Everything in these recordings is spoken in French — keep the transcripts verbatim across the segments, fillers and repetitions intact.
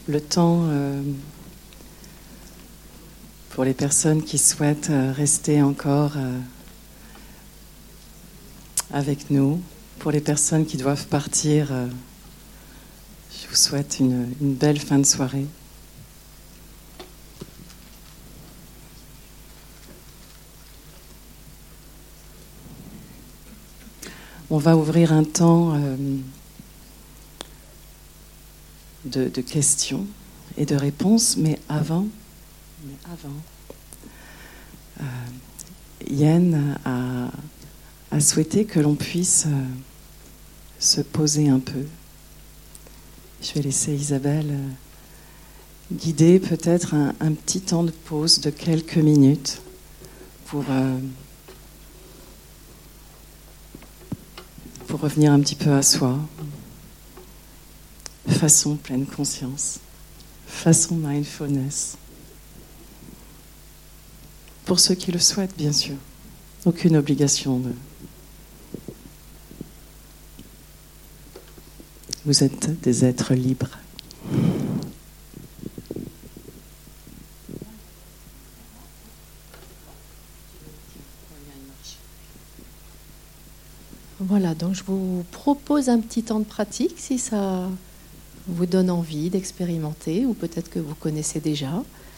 le temps euh, pour les personnes qui souhaitent euh, rester encore euh, avec nous. Pour les personnes qui doivent partir, euh, je vous souhaite une, une belle fin de soirée. On va ouvrir un temps euh, de, de questions et de réponses, mais avant, mais avant euh, Yen a, a souhaité que l'on puisse euh, se poser un peu. Je vais laisser Isabelle euh, guider peut-être un, un petit temps de pause de quelques minutes pour... Euh, pour revenir un petit peu à soi, façon pleine conscience, façon mindfulness. Pour ceux qui le souhaitent, bien sûr. Aucune obligation de... Vous êtes des êtres libres. Voilà, donc je vous propose un petit temps de pratique si ça vous donne envie d'expérimenter ou peut-être que vous connaissez déjà.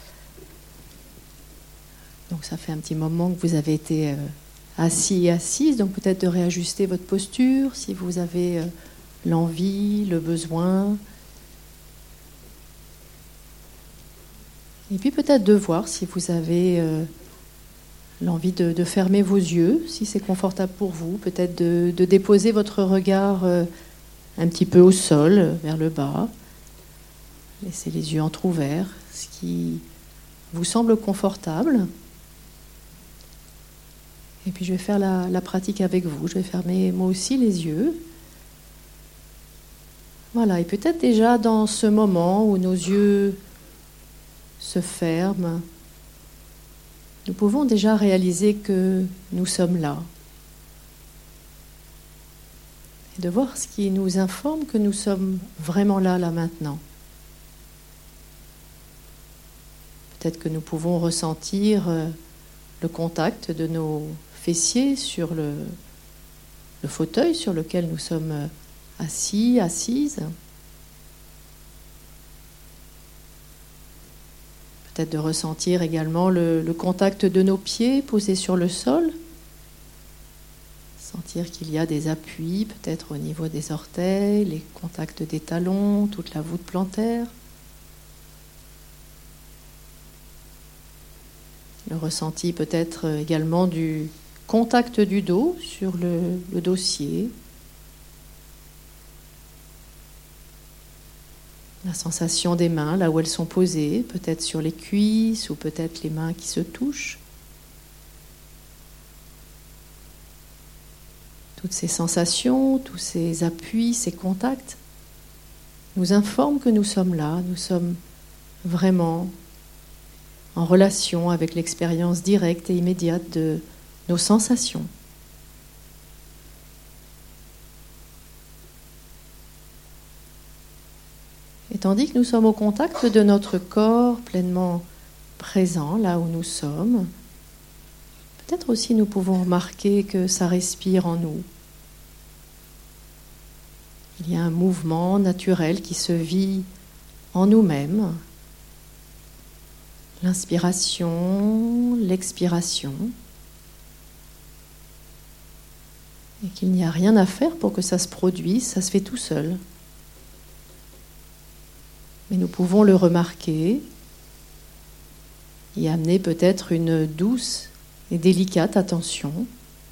Donc ça fait un petit moment que vous avez été euh, assis et assise, donc peut-être de réajuster votre posture si vous avez euh, l'envie, le besoin. Et puis peut-être de voir si vous avez... Euh, l'envie de, de fermer vos yeux, si c'est confortable pour vous, peut-être de, de déposer votre regard euh, un petit peu au sol, vers le bas. Laissez les yeux entrouverts, ce qui vous semble confortable. Et puis je vais faire la, la pratique avec vous. Je vais fermer moi aussi les yeux. Voilà, et peut-être déjà dans ce moment où nos yeux se ferment, nous pouvons déjà réaliser que nous sommes là. Et de voir ce qui nous informe que nous sommes vraiment là, là maintenant. Peut-être que nous pouvons ressentir le contact de nos fessiers sur le, le fauteuil sur lequel nous sommes assis, assises. Peut-être de ressentir également le, le contact de nos pieds posés sur le sol. Sentir qu'il y a des appuis, peut-être au niveau des orteils, les contacts des talons, toute la voûte plantaire. Le ressenti peut-être également du contact du dos sur le, le dossier. La sensation des mains, là où elles sont posées, peut-être sur les cuisses ou peut-être les mains qui se touchent. Toutes ces sensations, tous ces appuis, ces contacts nous informent que nous sommes là, nous sommes vraiment en relation avec l'expérience directe et immédiate de nos sensations. Et tandis que nous sommes au contact de notre corps pleinement présent, là où nous sommes, peut-être aussi nous pouvons remarquer que ça respire en nous. Il y a un mouvement naturel qui se vit en nous-mêmes. L'inspiration, l'expiration. Et qu'il n'y a rien à faire pour que ça se produise, ça se fait tout seul. Mais nous pouvons le remarquer, y amener peut-être une douce et délicate attention.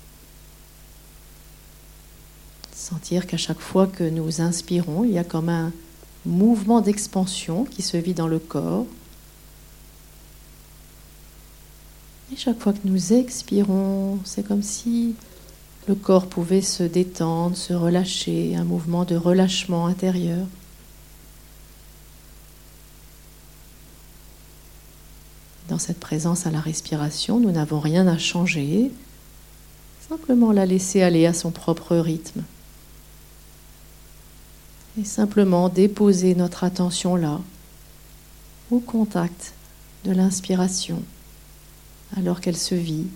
Sentir qu'à chaque fois que nous inspirons, il y a comme un mouvement d'expansion qui se vit dans le corps. Et chaque fois que nous expirons, c'est comme si le corps pouvait se détendre, se relâcher, un mouvement de relâchement intérieur. Dans cette présence à la respiration, nous n'avons rien à changer, simplement la laisser aller à son propre rythme. Et simplement déposer notre attention là, au contact de l'inspiration alors qu'elle se vit,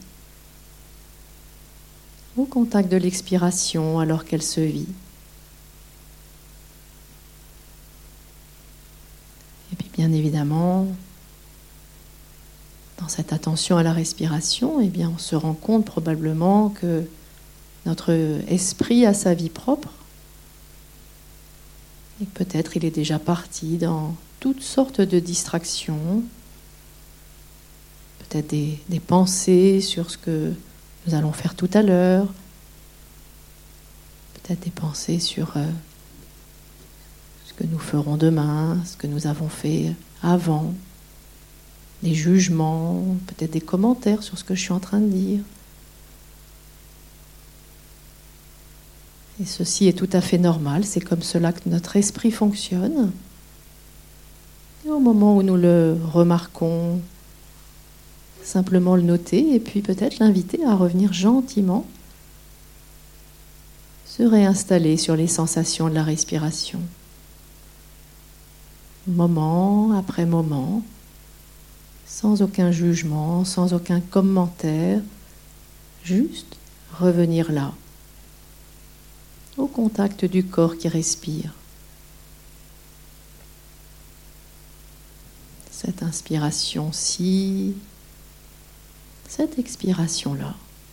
au contact de l'expiration alors qu'elle se vit. Et puis bien évidemment, dans cette attention à la respiration, eh bien, on se rend compte probablement que notre esprit a sa vie propre et que peut-être il est déjà parti dans toutes sortes de distractions, peut-être des, des pensées sur ce que nous allons faire tout à l'heure, peut-être des pensées sur euh, ce que nous ferons demain, ce que nous avons fait avant, des jugements, peut-être des commentaires sur ce que je suis en train de dire. Et ceci est tout à fait normal, c'est comme cela que notre esprit fonctionne. Et au moment où nous le remarquons, simplement le noter et puis peut-être l'inviter à revenir gentiment se réinstaller sur les sensations de la respiration. Moment après moment, sans aucun jugement, sans aucun commentaire, juste revenir là, au contact du corps qui respire. Cette inspiration-ci, cette expiration-là.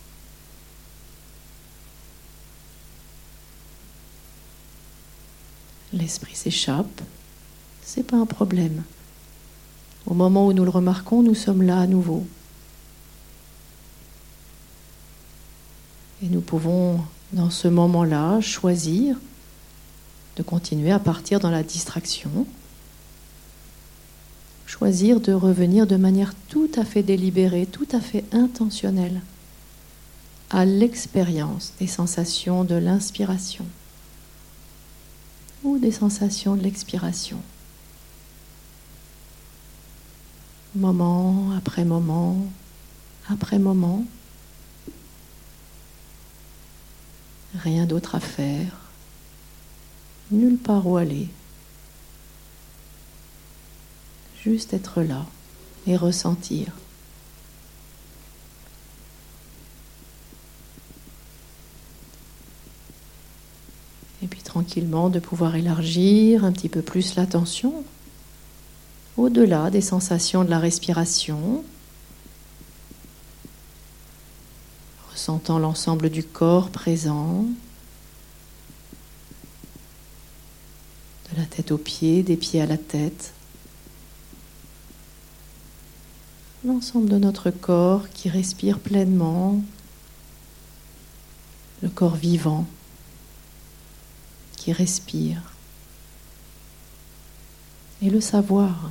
L'esprit s'échappe, c'est pas un problème. Au moment où nous le remarquons, nous sommes là à nouveau. Et nous pouvons, dans ce moment-là, choisir de continuer à partir dans la distraction, choisir de revenir de manière tout à fait délibérée, tout à fait intentionnelle à l'expérience des sensations de l'inspiration ou des sensations de l'expiration. Moment après moment, après moment. Rien d'autre à faire, nulle part où aller. Juste être là et ressentir. Et puis tranquillement de pouvoir élargir un petit peu plus l'attention au-delà des sensations de la respiration, ressentant l'ensemble du corps présent, de la tête aux pieds, des pieds à la tête, l'ensemble de notre corps qui respire pleinement, le corps vivant qui respire, et le savoir.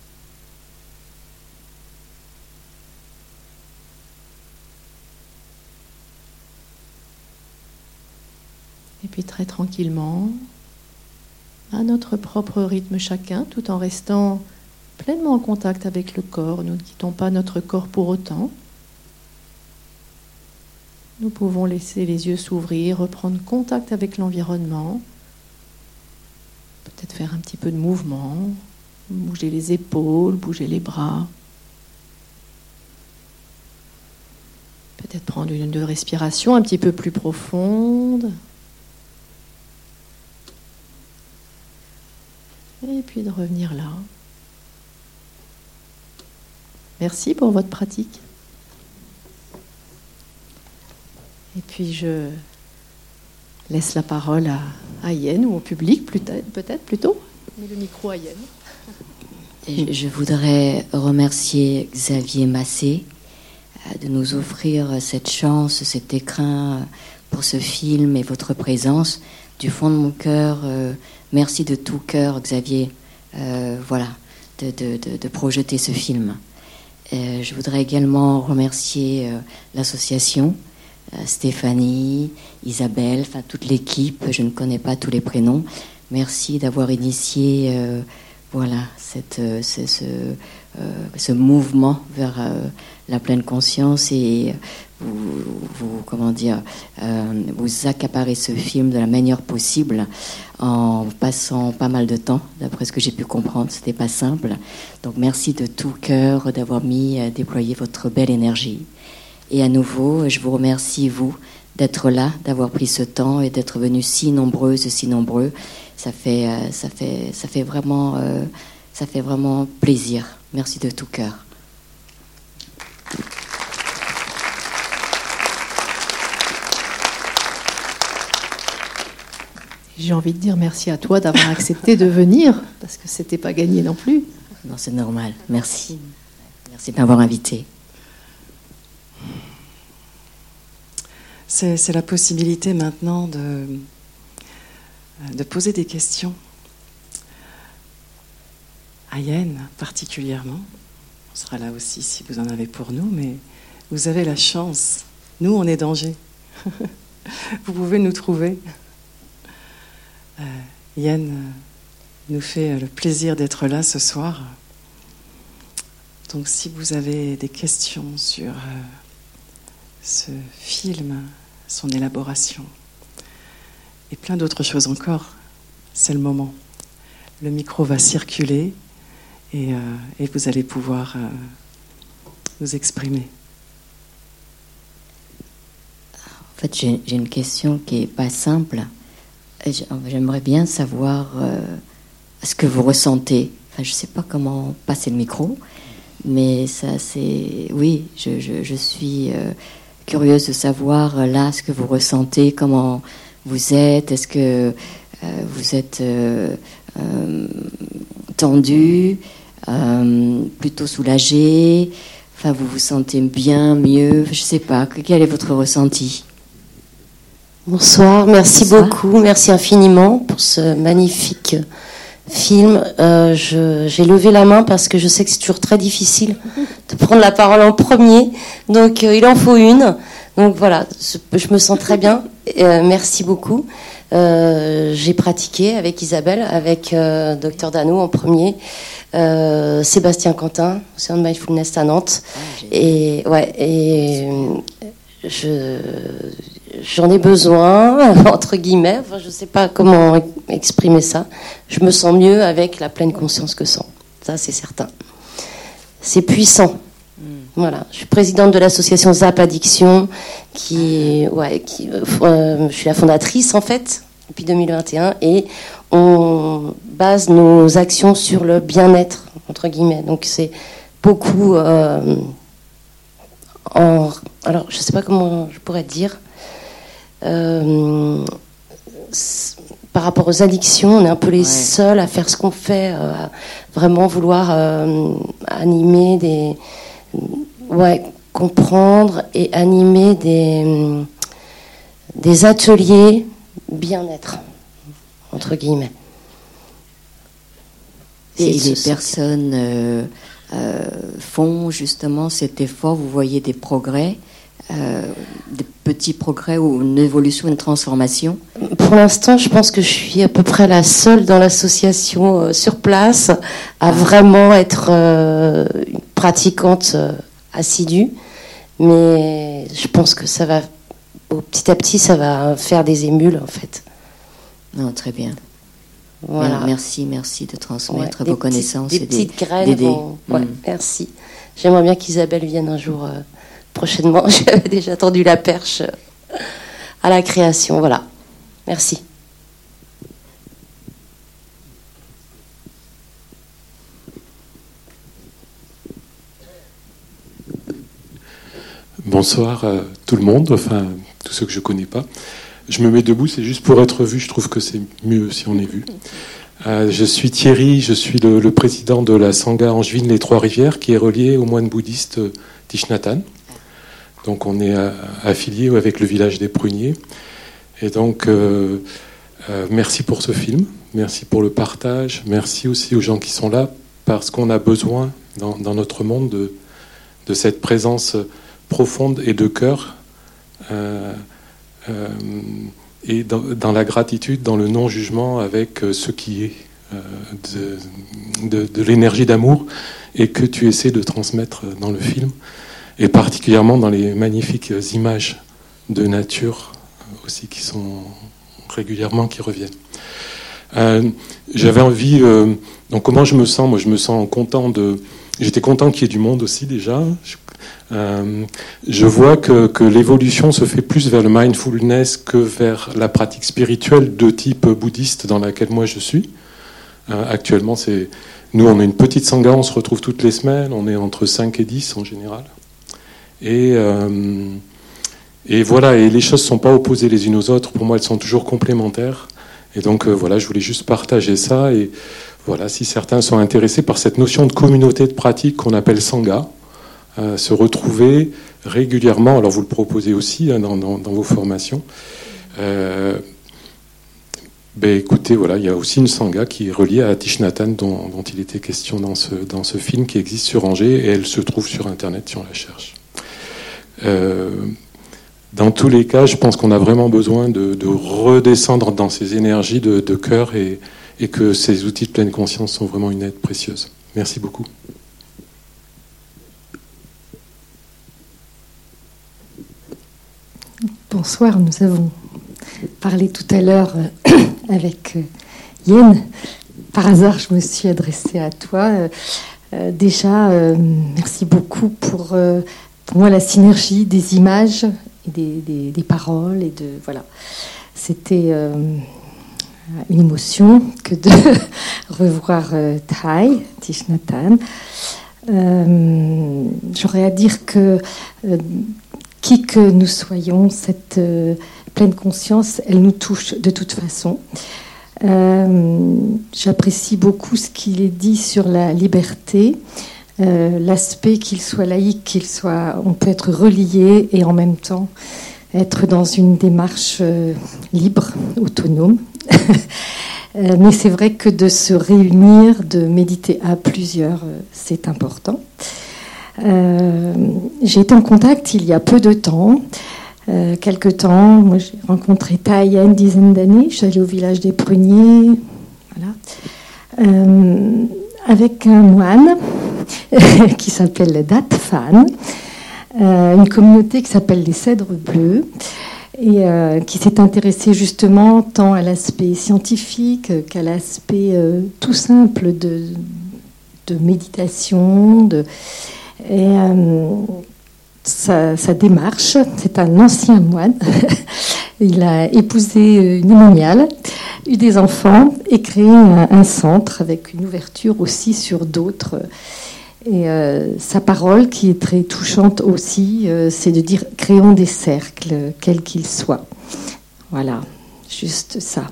Et puis très tranquillement, à notre propre rythme chacun, tout en restant pleinement en contact avec le corps, nous ne quittons pas notre corps pour autant. Nous pouvons laisser les yeux s'ouvrir, reprendre contact avec l'environnement, peut-être faire un petit peu de mouvement, bouger les épaules, bouger les bras. Peut-être prendre une ou deux respirations un petit peu plus profondes. Et puis de revenir là. Merci pour votre pratique. Et puis je laisse la parole à, à Yen ou au public peut-être, peut-être plutôt. Mais le micro à Yen. Je, je voudrais remercier Xavier Massé de nous offrir cette chance, cet écrin pour ce film et votre présence. Du fond de mon cœur, euh, merci de tout cœur, Xavier, euh, voilà, de, de, de, de projeter ce film. Euh, je voudrais également remercier euh, l'association, euh, Stéphanie, Isabelle, enfin toute l'équipe, je ne connais pas tous les prénoms. Merci d'avoir initié euh, voilà, cette, ce, ce, euh, ce mouvement vers euh, la pleine conscience et vous, vous comment dire, euh, vous accaparez ce film de la meilleure possible en passant pas mal de temps. D'après ce que j'ai pu comprendre, c'était pas simple. Donc merci de tout cœur d'avoir mis, euh, déployé votre belle énergie. Et à nouveau, je vous remercie, vous, d'être là, d'avoir pris ce temps et d'être venus si nombreuses, si nombreux. Ça fait, euh, ça fait, ça fait vraiment, euh, ça fait vraiment plaisir. Merci de tout cœur. J'ai envie de dire merci à toi d'avoir accepté de venir, parce que c'était pas gagné non plus. Non, c'est normal. Merci. Merci de m'avoir invité. C'est, c'est la possibilité maintenant de, de poser des questions. À Yen, particulièrement. On sera là aussi si vous en avez pour nous, mais vous avez la chance. Nous, on est danger. Vous pouvez nous trouver. Euh, Yen euh, nous fait le plaisir d'être là ce soir. Donc si vous avez des questions sur euh, ce film, son élaboration et plein d'autres choses encore, c'est le moment. Le micro va circuler et, euh, et vous allez pouvoir euh, vous exprimer. En fait, j'ai, j'ai une question qui n'est pas simple. J'aimerais bien savoir euh, ce que vous ressentez. Enfin, je ne sais pas comment passer le micro, mais ça, c'est... Oui, je, je, je suis euh, curieuse de savoir euh, là ce que vous ressentez, comment vous êtes. Est-ce que euh, vous êtes euh, euh, tendu, euh, plutôt soulagé? Enfin, vous vous sentez bien, mieux? Je ne sais pas. Quel est votre ressenti? Bonsoir, merci Bonsoir. beaucoup, merci infiniment pour ce magnifique film. Euh, je, j'ai levé la main parce que je sais que c'est toujours très difficile de prendre la parole en premier, donc euh, il en faut une. Donc voilà, je me sens très bien. Euh, merci beaucoup. Euh, j'ai pratiqué avec Isabelle, avec euh, Docteur Dano en premier, euh, Sébastien Quentin, au Sound Mindfulness à Nantes, ah, et ouais et je J'en ai besoin, entre guillemets, enfin, je ne sais pas comment exprimer ça. Je me sens mieux avec la pleine conscience que sans. Ça, c'est certain. C'est puissant. Mm. Voilà. Je suis présidente de l'association Zap Addiction, qui, ouais, qui, euh, je suis la fondatrice, en fait, depuis deux mille vingt et un, et on base nos actions sur le bien-être, entre guillemets. Donc, c'est beaucoup... Euh, en, alors, je ne sais pas comment je pourrais dire... Euh, par rapport aux addictions, on est un peu les ouais. seuls à faire ce qu'on fait, euh, à vraiment vouloir euh, animer des, ouais, comprendre et animer des, des ateliers bien-être, entre guillemets. Et les personnes euh, euh, font justement cet effort, vous voyez des progrès? Euh, des petits progrès ou une évolution, une transformation? Pour l'instant, je pense que je suis à peu près la seule dans l'association euh, sur place à ah. vraiment être euh, une pratiquante euh, assidue. Mais je pense que ça va, petit à petit, ça va faire des émules, en fait. Non, très bien. Voilà. Merci, merci de transmettre ouais, vos petites, connaissances. Des et petites des, graines. Vont... Ouais, mmh. Merci. J'aimerais bien qu'Isabelle vienne un jour... Euh, prochainement, j'avais déjà tendu la perche à la création. Voilà. Merci. Bonsoir à tout le monde, enfin, tous ceux que je ne connais pas. Je me mets debout, c'est juste pour être vu. Je trouve que c'est mieux si on est vu. Euh, je suis Thierry, je suis le, le président de la Sangha Angevine Les Trois-Rivières, qui est reliée au moine bouddhiste Thich Nhat Hanh. Donc on est affilié avec le village des Pruniers. Et donc, euh, euh, merci pour ce film, merci pour le partage, merci aussi aux gens qui sont là, parce qu'on a besoin dans, dans notre monde de, de cette présence profonde et de cœur, euh, euh, et dans, dans la gratitude, dans le non-jugement avec ce qui est, euh, de, de, de l'énergie d'amour, et que tu essaies de transmettre dans le film. et particulièrement dans les magnifiques images de nature aussi qui sont régulièrement qui reviennent. Euh, j'avais envie. Euh, donc comment je me sens? Moi, je me sens content de. J'étais content qu'il y ait du monde aussi déjà. Je, euh, je vois que, que l'évolution se fait plus vers le mindfulness que vers la pratique spirituelle de type bouddhiste dans laquelle moi je suis. Euh, actuellement, c'est nous, on est une petite sangha, on se retrouve toutes les semaines. On est entre cinq et dix en général. Et euh, et voilà. Et les choses ne sont pas opposées les unes aux autres. Pour moi, elles sont toujours complémentaires. Et donc euh, voilà, je voulais juste partager ça. Et voilà, si certains sont intéressés par cette notion de communauté de pratique qu'on appelle sangha, euh, se retrouver régulièrement, alors vous le proposez aussi hein, dans, dans, dans vos formations, euh, ben écoutez, voilà, il y a aussi une sangha qui est reliée à Thich Nhat Hanh dont, dont il était question dans ce, dans ce film qui existe sur Angers et elle se trouve sur Internet si on la cherche. Euh, Dans tous les cas, je pense qu'on a vraiment besoin de, de redescendre dans ces énergies de, de cœur et, et que ces outils de pleine conscience sont vraiment une aide précieuse. Merci beaucoup. Bonsoir, nous avons parlé tout à l'heure avec Yen. Par hasard, je me suis adressée à toi. Euh, déjà, euh, merci beaucoup pour, euh, pour moi la synergie des images et des, des, des paroles et de voilà. C'était euh, une émotion que de revoir euh, Thai, Thich Nhat Hanh. Euh, j'aurais à dire que euh, qui que nous soyons, cette euh, pleine conscience, elle nous touche de toute façon. Euh, j'apprécie beaucoup ce qu'il est dit sur la liberté. Euh, l'aspect qu'il soit laïque, qu'il soit, on peut être relié et en même temps être dans une démarche euh, libre, autonome. euh, mais c'est vrai que de se réunir, de méditer à plusieurs, euh, c'est important. Euh, j'ai été en contact il y a peu de temps, euh, quelque temps. Moi, j'ai rencontré Thai il y a une dizaine d'années. Je suis allée au village des Pruniers, voilà. Euh, avec un moine qui s'appelle Dat Phan, euh, une communauté qui s'appelle les Cèdres Bleus, et euh, qui s'est intéressée justement tant à l'aspect scientifique qu'à l'aspect euh, tout simple de, de méditation. De, et euh, sa, sa démarche, c'est un ancien moine. Il a épousé une moniale, eu des enfants et créé un, un centre avec une ouverture aussi sur d'autres. Et euh, sa parole, qui est très touchante aussi, euh, c'est de dire « créons des cercles, quels qu'ils soient ». Voilà, juste ça.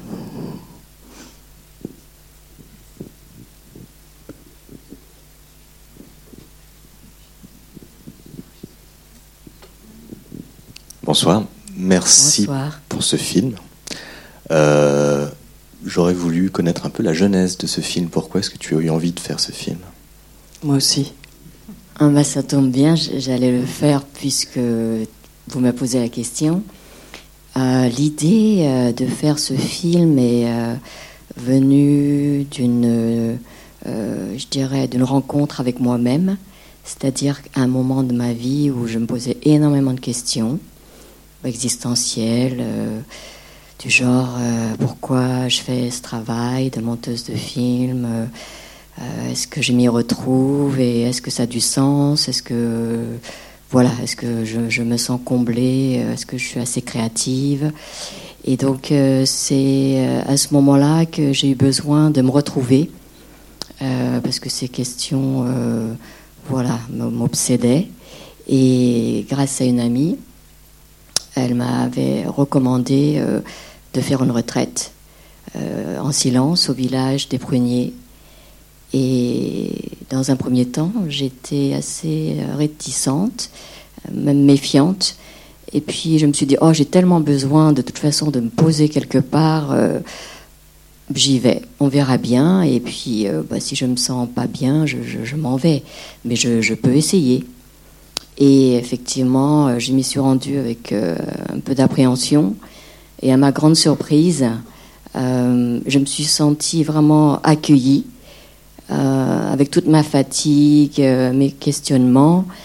Bonsoir, merci Bonsoir. pour ce film. Euh, j'aurais voulu connaître un peu la genèse de ce film. Pourquoi est-ce que tu as eu envie de faire ce film ? Moi aussi. Ah bah, ça tombe bien, j'allais le faire puisque vous m'avez posé la question. Euh, l'idée euh, de faire ce film est euh, venue d'une, euh, je dirais, d'une rencontre avec moi-même. C'est-à-dire qu'à un moment de ma vie où je me posais énormément de questions existentielles, euh, du genre euh, pourquoi je fais ce travail de monteuse de film, euh, euh, est-ce que je m'y retrouve et est-ce que ça a du sens, est-ce que euh, voilà, est-ce que je, je me sens comblée, est-ce que je suis assez créative. Et donc euh, c'est à ce moment-là que j'ai eu besoin de me retrouver euh, parce que ces questions euh, voilà, m'obsédaient. Et grâce à une amie, elle m'avait recommandé euh, de faire une retraite euh, en silence au village des Pruniers. Et dans un premier temps, j'étais assez réticente, même méfiante. Et puis je me suis dit, oh, j'ai tellement besoin de toute façon de me poser quelque part, euh, j'y vais, on verra bien. Et puis euh, bah, si je me sens pas bien, je, je, je m'en vais. Mais je, je peux essayer. Et effectivement, je m'y suis rendue avec euh, un peu d'appréhension. Et à ma grande surprise, euh, je me suis sentie vraiment accueillie, euh, avec toute ma fatigue, euh, mes questionnements.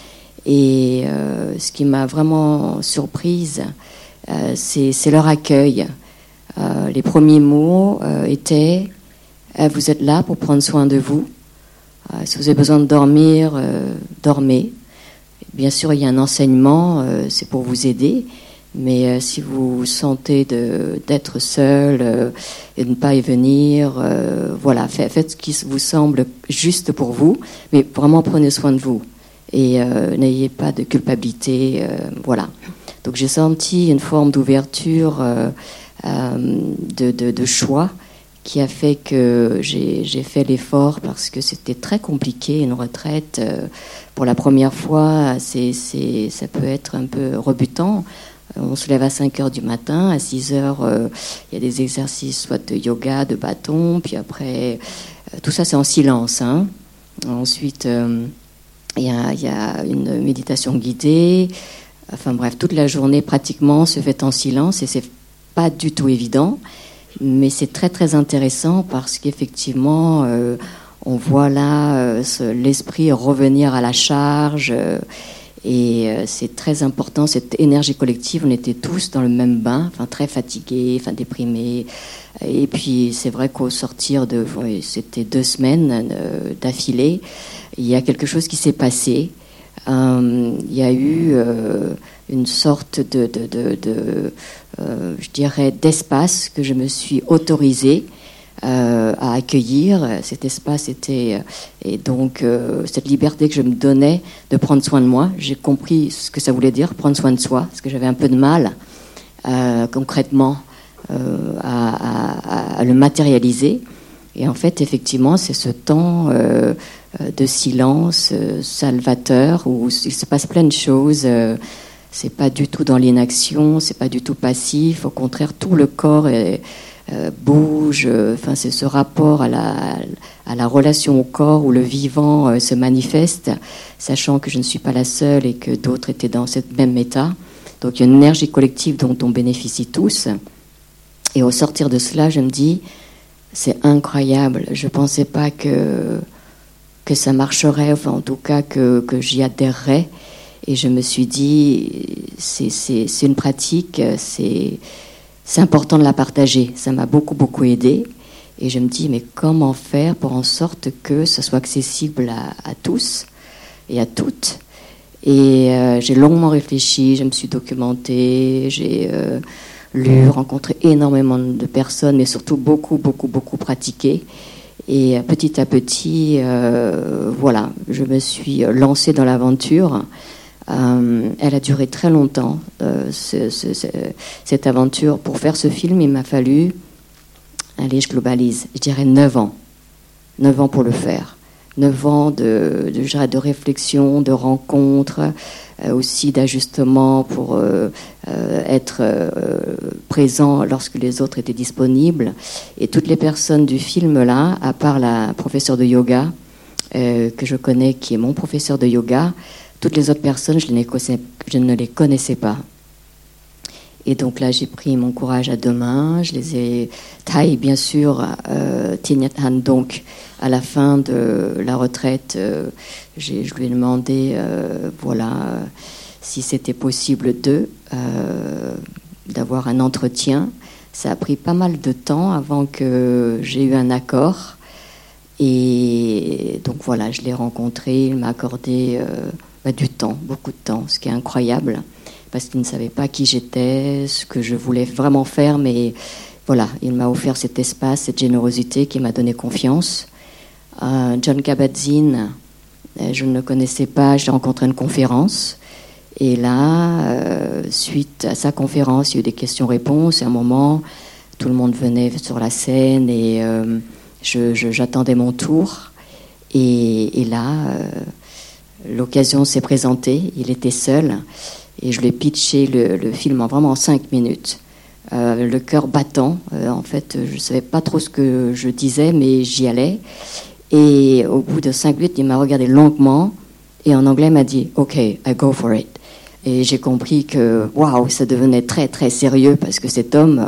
Et euh, ce qui m'a vraiment surprise, euh, c'est, c'est leur accueil. Euh, les premiers mots euh, étaient euh, « Vous êtes là pour prendre soin de vous. Euh, si vous avez besoin de dormir, euh, dormez. » Bien sûr, il y a un enseignement, euh, c'est pour vous aider. Mais euh, si vous sentez de, d'être seul euh, et de ne pas y venir, euh, voilà, faites, faites ce qui vous semble juste pour vous, mais vraiment prenez soin de vous et euh, n'ayez pas de culpabilité, euh, voilà. Donc j'ai senti une forme d'ouverture, euh, euh, de, de, de choix qui a fait que j'ai, j'ai fait l'effort parce que c'était très compliqué, une retraite. Euh, pour la première fois, c'est, c'est, ça peut être un peu rebutant. On se lève à cinq heures du matin, à six heures, euh, il y a des exercices soit de yoga, de bâton, puis après, euh, tout ça c'est en silence. Hein. Ensuite, euh, il y a, il y a une méditation guidée. Enfin bref, toute la journée pratiquement se fait en silence et c'est pas du tout évident, mais c'est très très intéressant parce qu'effectivement, euh, on voit là euh, ce, l'esprit revenir à la charge. Euh, Et euh, c'est très important, cette énergie collective. On était tous dans le même bain, enfin très fatigués, enfin déprimés. Et puis c'est vrai qu'au sortir de, ouais, c'était deux semaines euh, d'affilée, il y a quelque chose qui s'est passé. Euh, il y a eu euh, une sorte de, de, de, de euh, je dirais, d'espace que je me suis autorisée Euh, à accueillir. Cet espace était et donc euh, cette liberté que je me donnais de prendre soin de moi. J'ai compris ce que ça voulait dire prendre soin de soi, parce que j'avais un peu de mal euh, concrètement euh, à, à, à le matérialiser. Et en fait, effectivement, c'est ce temps euh, de silence euh, salvateur où il se passe plein de choses. Euh, c'est pas du tout dans l'inaction, c'est pas du tout passif. Au contraire, tout le corps est Euh, bouge, enfin euh, c'est ce rapport à la, à la relation au corps où le vivant euh, se manifeste, sachant que je ne suis pas la seule et que d'autres étaient dans ce même état. Donc il y a une énergie collective dont on bénéficie tous. Et au sortir de cela, je me dis, c'est incroyable. Je ne pensais pas que, que ça marcherait, enfin en tout cas que, que j'y adhérerais. Et je me suis dit, c'est, c'est, c'est une pratique, c'est... C'est important de la partager. Ça m'a beaucoup, beaucoup aidé. Et je me dis, mais comment faire pour en sorte que ça soit accessible à, à tous et à toutes. Et euh, j'ai longuement réfléchi, je me suis documentée, j'ai euh, lu, rencontré énormément de personnes, mais surtout beaucoup, beaucoup, beaucoup pratiqué. Et euh, petit à petit, euh, voilà, je me suis lancée dans l'aventure. Euh, elle a duré très longtemps, euh, ce, ce, ce, cette aventure. Pour faire ce film, il m'a fallu, allez, je globalise, je dirais neuf ans. neuf ans pour le faire. neuf ans de, de, je dirais, de réflexion, de rencontres, euh, aussi d'ajustement pour euh, euh, être euh, présent lorsque les autres étaient disponibles. Et toutes les personnes du film-là, à part la professeure de yoga, euh, que je connais, qui est mon professeur de yoga, toutes les autres personnes, je, les connaissais, je ne les connaissais pas. Et donc là, j'ai pris mon courage à deux mains. Je les ai taillés, bien sûr, euh, Tinyat Han. Donc, à la fin de la retraite, euh, j'ai, je lui ai demandé, euh, voilà, euh, si c'était possible de, euh, d'avoir un entretien. Ça a pris pas mal de temps avant que j'ai eu un accord. Et donc voilà, je l'ai rencontré. Il m'a accordé... Euh, du temps, beaucoup de temps, ce qui est incroyable, parce qu'il ne savait pas qui j'étais, ce que je voulais vraiment faire, mais voilà, il m'a offert cet espace, cette générosité qui m'a donné confiance. Euh, John Kabat-Zinn, je ne le connaissais pas, je l'ai rencontré à une conférence, et là, euh, suite à sa conférence, il y a eu des questions-réponses, et à un moment, tout le monde venait sur la scène, et euh, je, je, j'attendais mon tour, et, et là... Euh, l'occasion s'est présentée, il était seul et je lui ai pitché le, le film en vraiment en cinq minutes. Euh, le cœur battant, euh, en fait, je ne savais pas trop ce que je disais, mais j'y allais. Et au bout de cinq minutes, il m'a regardé longuement et en anglais m'a dit « OK, I go for it ». Et j'ai compris que waouh, ça devenait très très sérieux parce que cet homme,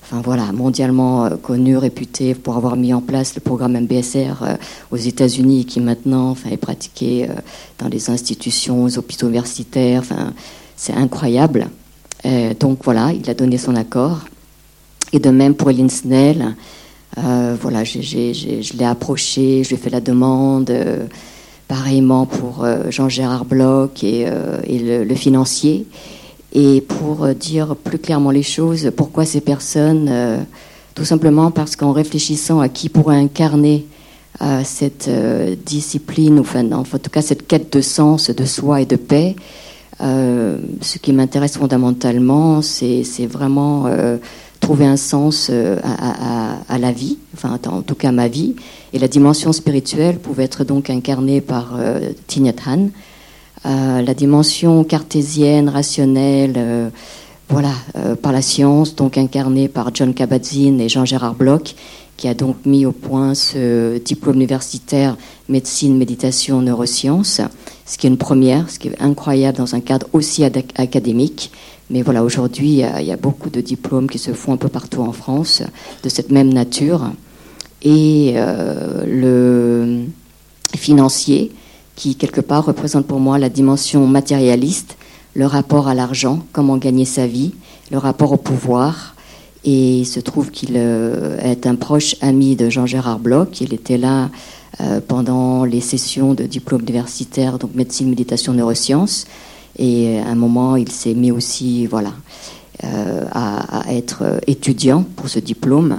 enfin voilà, mondialement connu, réputé pour avoir mis en place le programme M B S R euh, aux États-Unis, qui maintenant, enfin, est pratiqué euh, dans les institutions, aux hôpitaux universitaires. Enfin, c'est incroyable. Euh, donc voilà, il a donné son accord. Et de même pour Eileen Snell, euh, voilà, j'ai, j'ai, j'ai, je l'ai approché, je lui ai fait la demande. Euh, pareillement pour euh, Jean-Gérard Bloch et, euh, et le, le financier. Et pour euh, dire plus clairement les choses, pourquoi ces personnes euh, tout simplement parce qu'en réfléchissant à qui pourrait incarner euh, cette euh, discipline, enfin, en tout cas cette quête de sens, de soi et de paix, euh, ce qui m'intéresse fondamentalement, c'est, c'est vraiment euh, trouver un sens euh, à, à, à la vie, enfin en tout cas ma vie. Et la dimension spirituelle pouvait être donc incarnée par euh, Thich Nhat Hanh. Euh, la dimension cartésienne, rationnelle, euh, voilà, euh, par la science, donc incarnée par John Kabat-Zinn et Jean-Gérard Bloch, qui a donc mis au point ce diplôme universitaire médecine, méditation, neurosciences, ce qui est une première, ce qui est incroyable dans un cadre aussi ad- académique. Mais voilà, aujourd'hui, il y, a, il y a beaucoup de diplômes qui se font un peu partout en France de cette même nature. Et euh, le financier, qui quelque part représente pour moi la dimension matérialiste, le rapport à l'argent, comment gagner sa vie, le rapport au pouvoir. Et il se trouve qu'il euh, est un proche ami de Jean-Gérard Bloch. Il était là euh, pendant les sessions de diplôme universitaire, donc médecine, méditation, neurosciences. Et à un moment, il s'est mis aussi, voilà, euh, à, à être étudiant pour ce diplôme.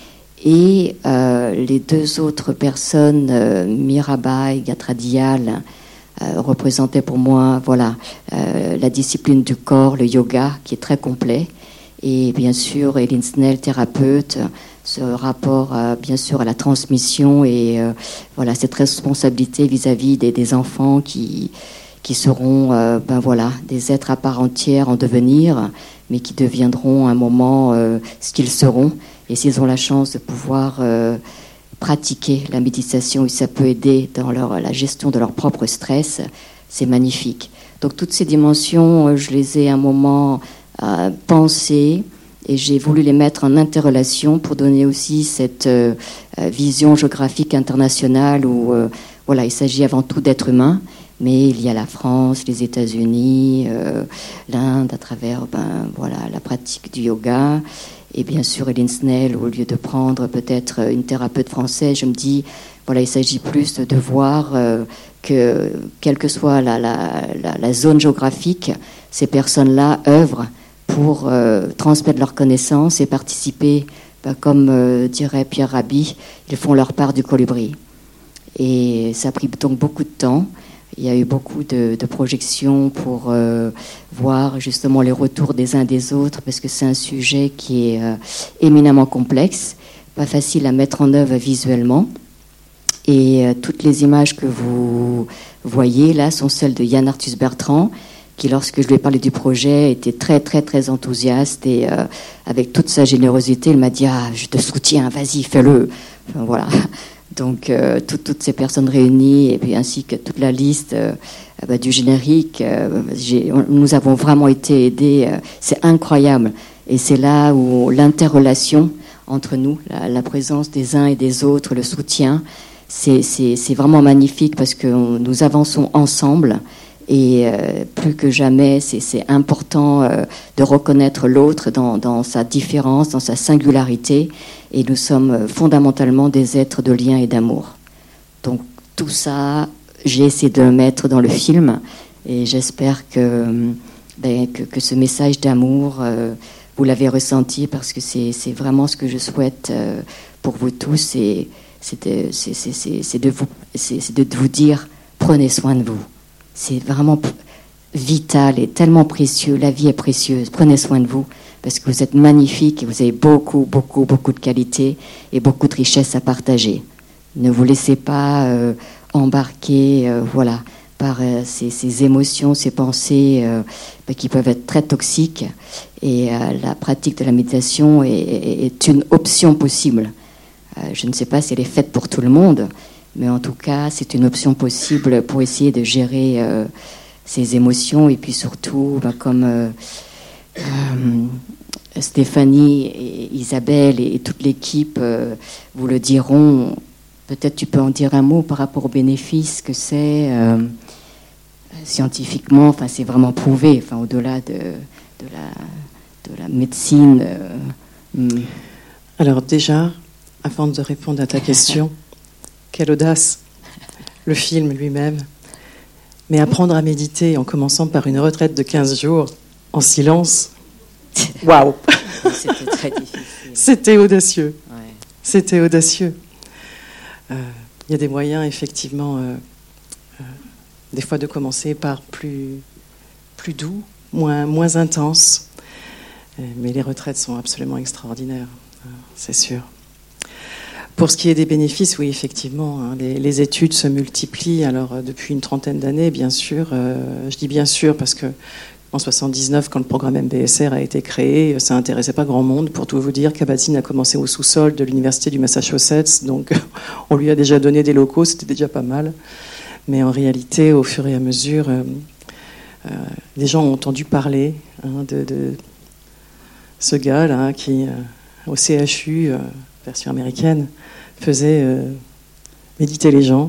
Et euh, les deux autres personnes, euh, Mirabai, Gatradial, euh, représentaient pour moi, voilà, euh, la discipline du corps, le yoga, qui est très complet. Et bien sûr, Eileen Snell, thérapeute, ce rapport, euh, bien sûr, à la transmission et euh, voilà, cette responsabilité vis-à-vis des, des enfants qui qui seront euh, ben voilà, des êtres à part entière en devenir, mais qui deviendront à un moment euh, ce qu'ils seront. Et s'ils ont la chance de pouvoir euh, pratiquer la méditation, et ça peut aider dans leur, la gestion de leur propre stress, c'est magnifique. Donc toutes ces dimensions, euh, je les ai à un moment euh, pensées, et j'ai voulu les mettre en interrelation pour donner aussi cette euh, vision géographique internationale où euh, voilà, il s'agit avant tout d'êtres humains. Mais il y a la France, les États-Unis, euh, l'Inde à travers ben, voilà, la pratique du yoga. Et bien sûr, Eileen Snell, au lieu de prendre peut-être une thérapeute française, je me dis, voilà, il s'agit plus de voir euh, que, quelle que soit la, la, la, la zone géographique, ces personnes-là œuvrent pour euh, transmettre leurs connaissances et participer, ben, comme euh, dirait Pierre Rabhi, ils font leur part du colibri. Et ça a pris donc beaucoup de temps. Il y a eu beaucoup de, de projections pour euh, voir justement les retours des uns des autres, parce que c'est un sujet qui est euh, éminemment complexe, pas facile à mettre en œuvre visuellement. Et euh, toutes les images que vous voyez là sont celles de Yann Arthus Bertrand, qui, lorsque je lui ai parlé du projet, était très très très enthousiaste et euh, avec toute sa générosité, il m'a dit « Ah, je te soutiens, vas-y, fais-le ». Enfin, voilà. Donc, euh, tout, toutes ces personnes réunies, et puis ainsi que toute la liste euh, bah, du générique, euh, j'ai, on, nous avons vraiment été aidés. Euh, c'est incroyable. Et c'est là où l'interrelation entre nous, la, la présence des uns et des autres, le soutien, c'est, c'est, c'est vraiment magnifique parce que on, nous avançons ensemble. Et euh, plus que jamais, c'est, c'est important euh, de reconnaître l'autre dans, dans sa différence, dans sa singularité. Et nous sommes fondamentalement des êtres de lien et d'amour. Donc tout ça, j'ai essayé de le mettre dans le film. Et j'espère que, ben, que, que ce message d'amour, euh, vous l'avez ressenti, parce que c'est, c'est vraiment ce que je souhaite euh, pour vous tous. Et c'est de, c'est, c'est, c'est, c'est de vous, c'est, c'est de vous dire, prenez soin de vous. C'est vraiment vital et tellement précieux. La vie est précieuse. Prenez soin de vous parce que vous êtes magnifique et vous avez beaucoup, beaucoup, beaucoup de qualités et beaucoup de richesses à partager. Ne vous laissez pas euh, embarquer euh, voilà, par euh, ces, ces émotions, ces pensées euh, bah, qui peuvent être très toxiques. Et euh, la pratique de la méditation est, est, est une option possible. Euh, je ne sais pas si elle est faite pour tout le monde, mais en tout cas, c'est une option possible pour essayer de gérer euh, ces émotions. Et puis surtout, ben, comme euh, euh, Stéphanie et Isabelle et, et toute l'équipe euh, vous le diront. Peut-être tu peux en dire un mot par rapport aux bénéfices que c'est euh, scientifiquement. Enfin, c'est vraiment prouvé. Enfin, au-delà de, de, la, de la médecine. Euh, hmm. Alors déjà, avant de répondre à ta question, quelle audace, le film lui-même. Mais apprendre à méditer en commençant par une retraite de quinze jours en silence, waouh. C'était très difficile. C'était audacieux. Ouais. C'était audacieux. Il euh, y a des moyens, effectivement, euh, euh, des fois de commencer par plus, plus doux, moins, moins intense. Euh, mais les retraites sont absolument extraordinaires, euh, c'est sûr. Pour ce qui est des bénéfices, oui, effectivement, hein, les, les études se multiplient. Alors, euh, depuis une trentaine d'années, bien sûr. Euh, je dis bien sûr parce que en soixante-dix-neuf, quand le programme M B S R a été créé, ça n'intéressait pas grand monde. Pour tout vous dire, Kabat-Zinn a commencé au sous-sol de l'université du Massachusetts, donc on lui a déjà donné des locaux, c'était déjà pas mal. Mais en réalité, au fur et à mesure, euh, euh, les gens ont entendu parler hein, de, de ce gars là qui, euh, au C H U, euh, version américaine, faisait euh, méditer les gens.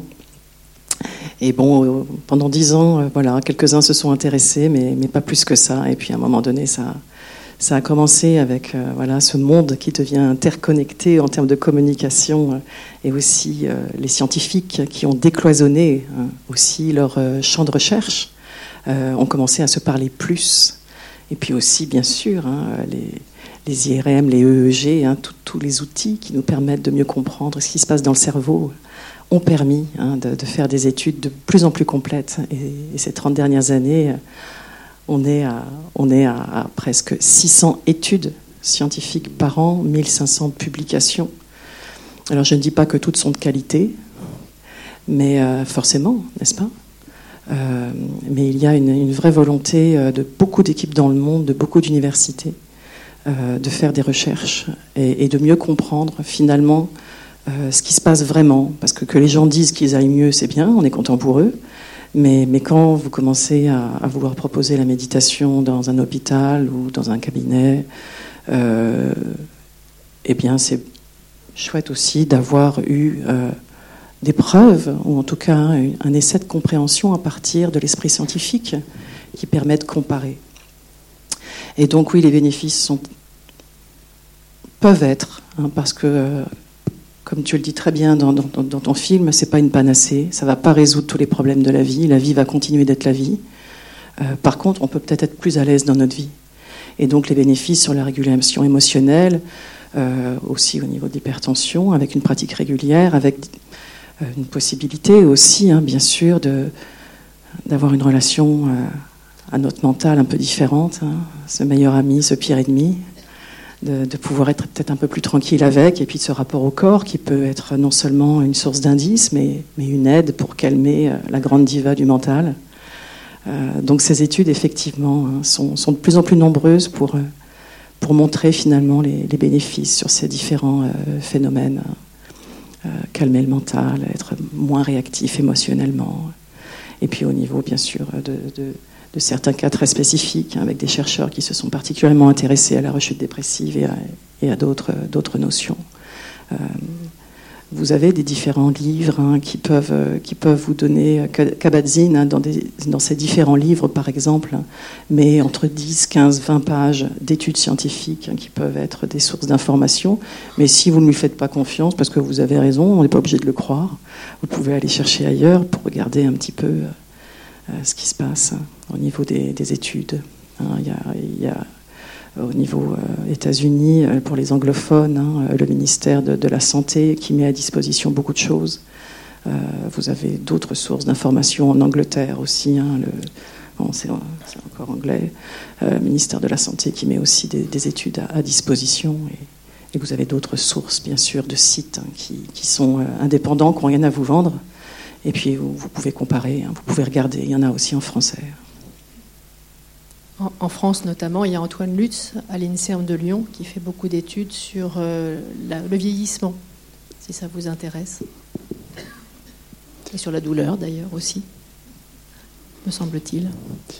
Et bon, euh, pendant dix ans, euh, voilà, quelques-uns se sont intéressés, mais, mais pas plus que ça. Et puis à un moment donné, ça, ça a commencé avec euh, voilà, ce monde qui devient interconnecté en termes de communication, euh, et aussi euh, les scientifiques qui ont décloisonné hein, aussi leur euh, champ de recherche, euh, ont commencé à se parler plus. Et puis aussi, bien sûr, hein, les, les I R M, les E E G, hein, tous les outils qui nous permettent de mieux comprendre ce qui se passe dans le cerveau, ont permis hein, de, de faire des études de plus en plus complètes. Et, et ces trente dernières années, on est, à, on est à, à presque six cents études scientifiques par an, mille cinq cents publications. Alors je ne dis pas que toutes sont de qualité, mais euh, forcément, n'est-ce pas ? euh, Mais il y a une, une vraie volonté de beaucoup d'équipes dans le monde, de beaucoup d'universités, euh, de faire des recherches et, et de mieux comprendre finalement Euh, ce qui se passe vraiment, parce que que les gens disent qu'ils aillent mieux, c'est bien, on est content pour eux, mais, mais quand vous commencez à, à vouloir proposer la méditation dans un hôpital ou dans un cabinet, euh, eh bien c'est chouette aussi d'avoir eu euh, des preuves, ou en tout cas un, un essai de compréhension à partir de l'esprit scientifique qui permet de comparer. Et donc oui, les bénéfices sont, peuvent être, hein, parce que euh, comme tu le dis très bien dans, dans, dans ton film, c'est pas une panacée, ça va pas résoudre tous les problèmes de la vie, la vie va continuer d'être la vie. Euh, par contre, on peut peut-être être plus à l'aise dans notre vie. Et donc les bénéfices sur la régulation émotionnelle, euh, aussi au niveau de l'hypertension, avec une pratique régulière, avec euh, une possibilité aussi, hein, bien sûr, de, d'avoir une relation euh, à notre mental un peu différente, hein, ce meilleur ami, ce pire ennemi. De, de pouvoir être peut-être un peu plus tranquille avec, et puis de ce rapport au corps qui peut être non seulement une source d'indices, mais, mais une aide pour calmer la grande diva du mental. Euh, donc ces études, effectivement, hein, sont, sont de plus en plus nombreuses pour, pour montrer finalement les, les bénéfices sur ces différents euh, phénomènes. Euh, calmer le mental, être moins réactif émotionnellement. Et puis au niveau, bien sûr, de... de de certains cas très spécifiques, hein, avec des chercheurs qui se sont particulièrement intéressés à la rechute dépressive et à, et à d'autres, d'autres notions. Euh, vous avez des différents livres hein, qui, peuvent, euh, qui peuvent vous donner, Kabat-Zinn, hein, dans, des, dans ces différents livres par exemple, hein, mais entre dix, quinze, vingt pages d'études scientifiques hein, qui peuvent être des sources d'information. Mais si vous ne lui faites pas confiance, parce que vous avez raison, on n'est pas obligé de le croire, vous pouvez aller chercher ailleurs pour regarder un petit peu euh, ce qui se passe hein, au niveau des, des études. Hein, il y a, il y a au niveau euh, États-Unis, euh, pour les anglophones, hein, le ministère de, de la Santé qui met à disposition beaucoup de choses. Euh, vous avez d'autres sources d'informations en Angleterre aussi. Hein, le, bon, c'est, c'est encore anglais. Euh, le ministère de la Santé qui met aussi des, des études à, à disposition. Et, et vous avez d'autres sources, bien sûr, de sites hein, qui, qui sont euh, indépendants, qui n'ont rien à vous vendre. Et puis vous, vous pouvez comparer, hein, vous pouvez regarder. Il y en a aussi en français. En, en France notamment, il y a Antoine Lutz à l'INSERM de Lyon qui fait beaucoup d'études sur euh, la, le vieillissement, si ça vous intéresse. Et sur la douleur d'ailleurs aussi, me semble-t-il. Hein ?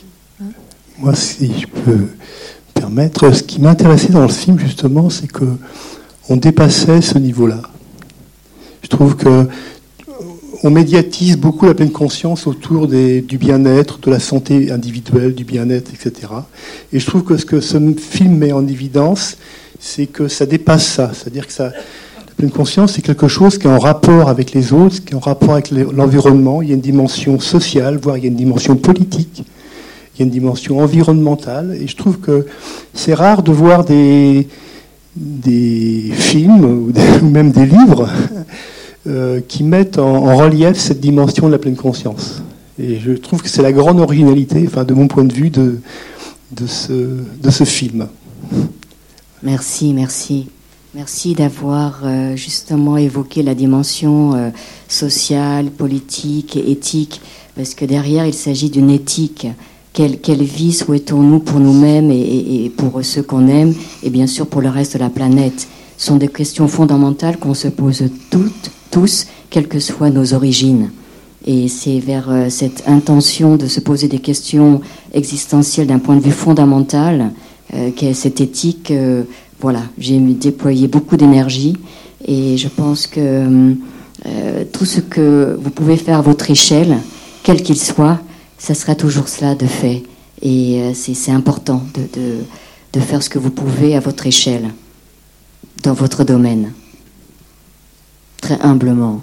Moi, si je peux permettre. Ce qui m'intéressait dans le film, justement, c'est que on dépassait ce niveau-là. Je trouve que on médiatise beaucoup la pleine conscience autour des, du bien-être, de la santé individuelle, du bien-être, et cetera. Et je trouve que ce que ce film met en évidence, c'est que ça dépasse ça. C'est-à-dire que ça, la pleine conscience, c'est quelque chose qui est en rapport avec les autres, qui est en rapport avec l'environnement. Il y a une dimension sociale, voire il y a une dimension politique. Il y a une dimension environnementale. Et je trouve que c'est rare de voir des, des films ou, des, ou même des livres Euh, qui mettent en, en relief cette dimension de la pleine conscience. Et je trouve que c'est la grande originalité, enfin, de mon point de vue, de, de, ce, de ce film. Merci, merci. Merci d'avoir euh, justement évoqué la dimension euh, sociale, politique et éthique, parce que derrière, il s'agit d'une éthique. Quelle, quelle vie souhaitons-nous pour nous-mêmes et, et, et pour ceux qu'on aime, et bien sûr pour le reste de la planète? Ce sont des questions fondamentales qu'on se pose toutes, tous, quelles que soient nos origines. Et c'est vers euh, cette intention de se poser des questions existentielles d'un point de vue fondamental euh, qu'est cette éthique. Euh, voilà, j'ai déployé beaucoup d'énergie et je pense que euh, tout ce que vous pouvez faire à votre échelle, quel qu'il soit, ça sera toujours cela de fait. Et euh, c'est, c'est important de, de, de faire ce que vous pouvez à votre échelle, dans votre domaine. Très humblement.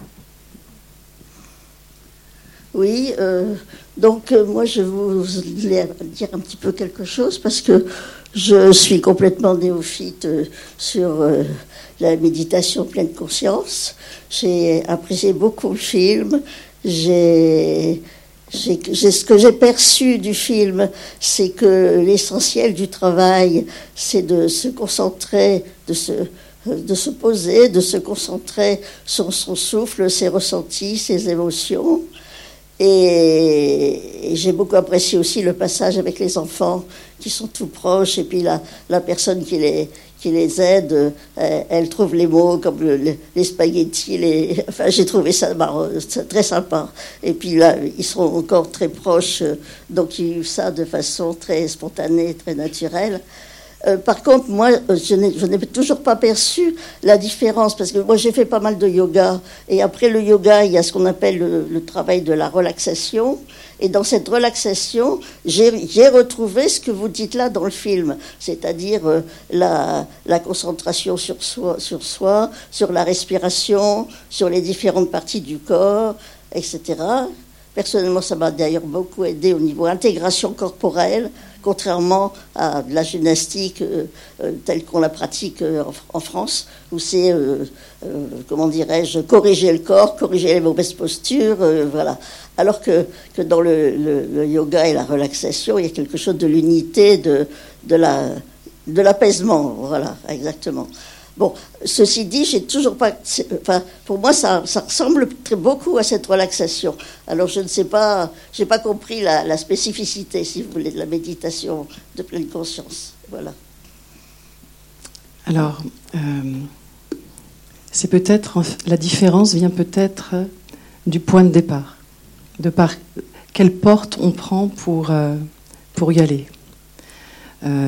Oui, euh, donc euh, moi je voulais dire un petit peu quelque chose parce que je suis complètement néophyte euh, sur euh, la méditation pleine conscience. J'ai apprécié beaucoup le film. J'ai, j'ai, j'ai, ce que j'ai perçu du film, c'est que l'essentiel du travail, c'est de se concentrer, de se de se poser, de se concentrer sur son souffle, ses ressentis, ses émotions. Et j'ai beaucoup apprécié aussi le passage avec les enfants qui sont tout proches, et puis la, la personne qui les, qui les aide, elle, elle trouve les mots comme le, le, les spaghettis, les... enfin j'ai trouvé ça marrant, très sympa. Et puis là, ils sont encore très proches, donc ils vivent ça de façon très spontanée, très naturelle. Euh, par contre, moi, je n'ai, je n'ai toujours pas perçu la différence, parce que moi, j'ai fait pas mal de yoga, et après le yoga, il y a ce qu'on appelle le, le travail de la relaxation, et dans cette relaxation, j'ai, j'ai retrouvé ce que vous dites là dans le film, c'est-à-dire euh, la, la concentration sur soi, sur soi, sur la respiration, sur les différentes parties du corps, et cetera. Personnellement, ça m'a d'ailleurs beaucoup aidé au niveau intégration corporelle, contrairement à la gymnastique euh, euh, telle qu'on la pratique euh, en, en France, où c'est, euh, euh, comment dirais-je, corriger le corps, corriger les mauvaises postures, euh, voilà. Alors que, que dans le, le, le yoga et la relaxation, il y a quelque chose de l'unité, de, de, la, de l'apaisement, voilà, exactement. Bon, ceci dit, j'ai toujours pas. Enfin, pour moi, ça, ça ressemble très beaucoup à cette relaxation. Alors, je ne sais pas, j'ai pas compris la, la spécificité, si vous voulez, de la méditation de pleine conscience. Voilà. Alors, euh, c'est peut-être la différence vient peut-être du point de départ, de par quelle porte on prend pour euh, pour y aller. Euh,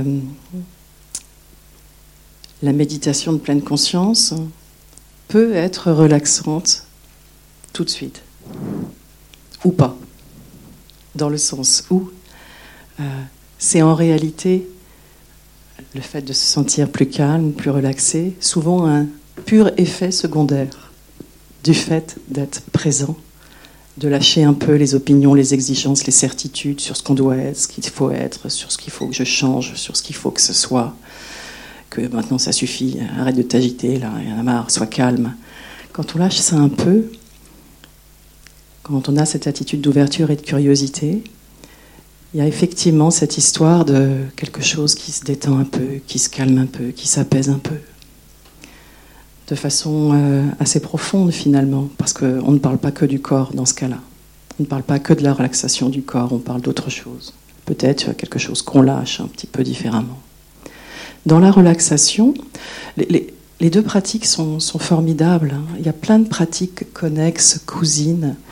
La méditation de pleine conscience peut être relaxante tout de suite, ou pas, dans le sens où euh, c'est en réalité le fait de se sentir plus calme, plus relaxé, souvent un pur effet secondaire du fait d'être présent, de lâcher un peu les opinions, les exigences, les certitudes sur ce qu'on doit être, ce qu'il faut être, sur ce qu'il faut que je change, sur ce qu'il faut que ce soit. Que maintenant ça suffit, arrête de t'agiter, là, il y en a marre, sois calme. Quand on lâche ça un peu, quand on a cette attitude d'ouverture et de curiosité, il y a effectivement cette histoire de quelque chose qui se détend un peu, qui se calme un peu, qui s'apaise un peu. De façon euh, assez profonde finalement, parce qu'on ne parle pas que du corps dans ce cas-là. On ne parle pas que de la relaxation du corps, on parle d'autre chose. Peut-être quelque chose qu'on lâche un petit peu différemment. Dans la relaxation, les, les, les deux pratiques sont, sont formidables. Hein. Il y a plein de pratiques connexes, cousines,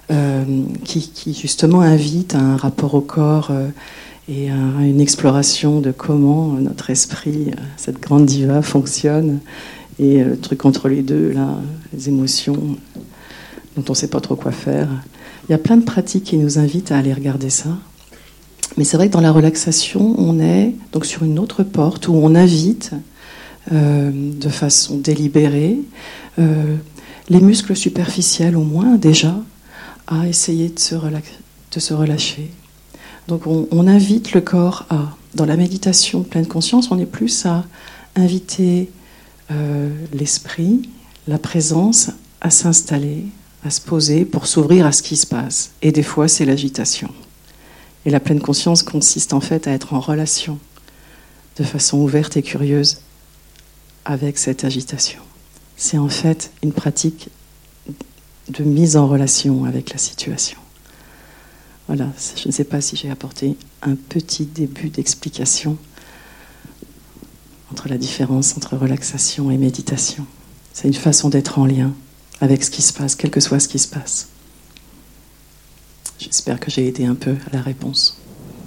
euh, qui, qui justement invite à un rapport au corps euh, et à une exploration de comment notre esprit, euh, cette grande diva, fonctionne, et euh, le truc entre les deux, là, les émotions dont on ne sait pas trop quoi faire. Il y a plein de pratiques qui nous invitent à aller regarder ça. Mais c'est vrai que dans la relaxation, on est donc sur une autre porte où on invite euh, de façon délibérée euh, les muscles superficiels au moins déjà à essayer de se, relax- de se relâcher. Donc on, on invite le corps à, dans la méditation pleine conscience, on est plus à inviter euh, l'esprit, la présence à s'installer, à se poser pour s'ouvrir à ce qui se passe. Et des fois, c'est l'agitation. Et la pleine conscience consiste en fait à être en relation de façon ouverte et curieuse avec cette agitation. C'est en fait une pratique de mise en relation avec la situation. Voilà, je ne sais pas si j'ai apporté un petit début d'explication entre la différence entre relaxation et méditation. C'est une façon d'être en lien avec ce qui se passe, quel que soit ce qui se passe. J'espère que j'ai aidé un peu à la réponse.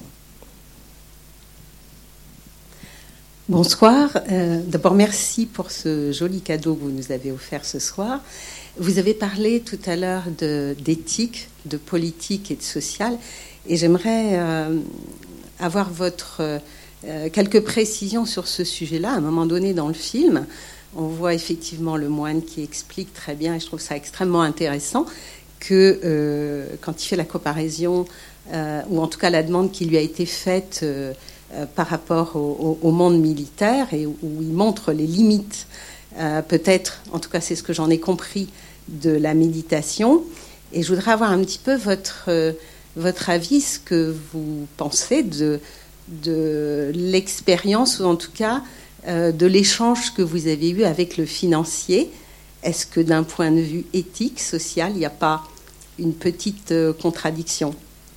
Bonsoir. Euh, d'abord, merci pour ce joli cadeau que vous nous avez offert ce soir. Vous avez parlé tout à l'heure de, d'éthique, de politique et de social. Et j'aimerais euh, avoir votre, euh, quelques précisions sur ce sujet-là. À un moment donné dans le film, on voit effectivement le moine qui explique très bien, et je trouve ça extrêmement intéressant, que euh, quand il fait la comparaison, euh, ou en tout cas la demande qui lui a été faite euh, euh, par rapport au, au, au monde militaire, et où, où il montre les limites, euh, peut-être, en tout cas c'est ce que j'en ai compris, de la méditation. Et je voudrais avoir un petit peu votre, euh, votre avis, ce que vous pensez de, de l'expérience, ou en tout cas euh, de l'échange que vous avez eu avec le financier. Est-ce que d'un point de vue éthique, social, il n'y a pas une petite euh, contradiction ?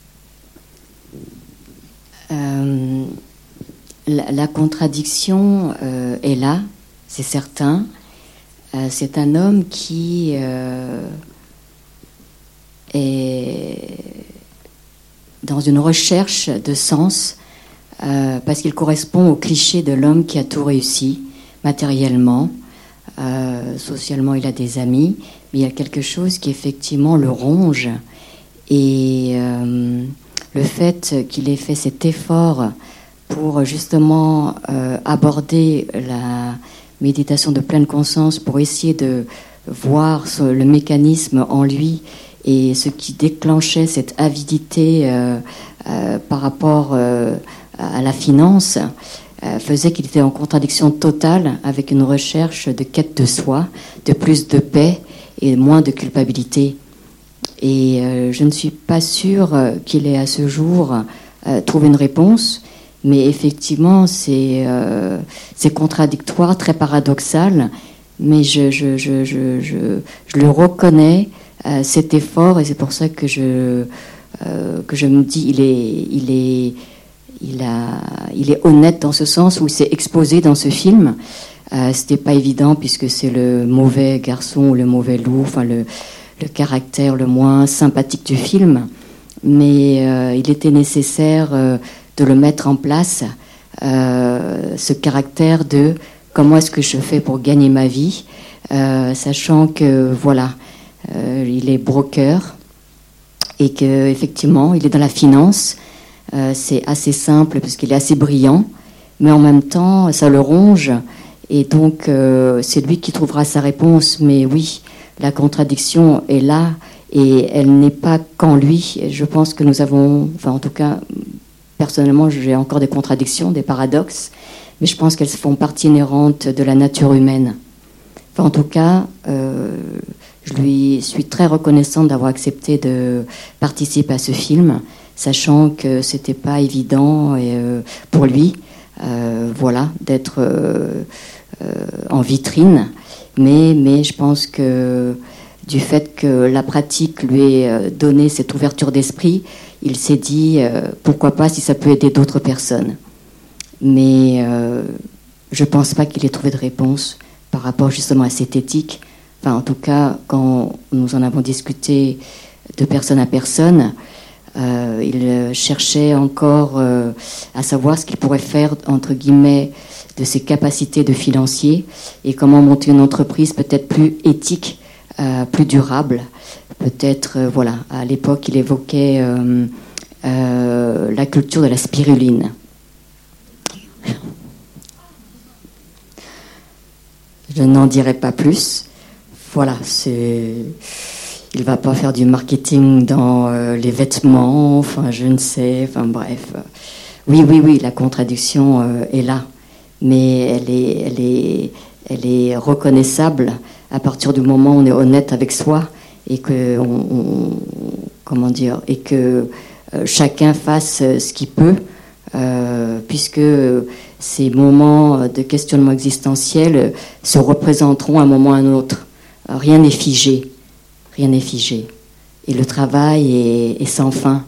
euh, la, la contradiction euh, est là, c'est certain. Euh, c'est un homme qui euh, est dans une recherche de sens euh, parce qu'il correspond au cliché de l'homme qui a tout réussi matériellement. Euh, socialement, il a des amis, mais il y a quelque chose qui effectivement le ronge. Et euh, le fait qu'il ait fait cet effort pour justement euh, aborder la méditation de pleine conscience, pour essayer de voir ce, le mécanisme en lui et ce qui déclenchait cette avidité euh, euh, par rapport euh, à la finance, euh, faisait qu'il était en contradiction totale avec une recherche de quête de soi, de plus de paix et moins de culpabilité. Et euh, je ne suis pas sûre qu'il ait à ce jour euh, trouvé une réponse, mais effectivement c'est, euh, c'est contradictoire, très paradoxal, mais je, je, je, je, je, je le reconnais, euh, cet effort, et c'est pour ça que je, euh, que je me dis il est, il est Il, a, il est honnête dans ce sens où il s'est exposé dans ce film. Euh, c'était pas évident puisque c'est le mauvais garçon ou le mauvais loup, enfin le, le caractère le moins sympathique du film. Mais euh, il était nécessaire euh, de le mettre en place, euh, ce caractère de comment est-ce que je fais pour gagner ma vie, euh, sachant que voilà, euh, il est broker et que effectivement il est dans la finance. Euh, c'est assez simple parce qu'il est assez brillant, mais en même temps, ça le ronge. Et donc, euh, c'est lui qui trouvera sa réponse. Mais oui, la contradiction est là et elle n'est pas qu'en lui. Et je pense que nous avons, enfin en tout cas, personnellement, j'ai encore des contradictions, des paradoxes, mais je pense qu'elles font partie inhérente de la nature humaine. Enfin, en tout cas, euh, je lui suis très reconnaissante d'avoir accepté de participer à ce film, sachant que c'était pas évident et, euh, pour lui, euh, voilà, d'être euh, euh, en vitrine. Mais, mais je pense que du fait que la pratique lui ait donné cette ouverture d'esprit, il s'est dit euh, pourquoi pas si ça peut aider d'autres personnes. Mais euh, je pense pas qu'il ait trouvé de réponse par rapport justement à cette éthique. Enfin, en tout cas, quand nous en avons discuté de personne à personne. Euh, il cherchait encore euh, à savoir ce qu'il pourrait faire, entre guillemets, de ses capacités de financier et comment monter une entreprise peut-être plus éthique, euh, plus durable. Peut-être, euh, voilà, à l'époque, il évoquait euh, euh, la culture de la spiruline. Je n'en dirai pas plus. Voilà, c'est... il ne va pas faire du marketing dans euh, les vêtements, enfin, je ne sais, enfin, bref. Oui, oui, oui, la contradiction euh, est là, mais elle est, elle est, elle est reconnaissable à partir du moment où on est honnête avec soi et que, on, on, comment dire, et que euh, chacun fasse ce qu'il peut, euh, puisque ces moments de questionnement existentiel se représenteront à un moment ou à un autre. Rien n'est figé, rien n'est figé. Et le travail est, est sans fin.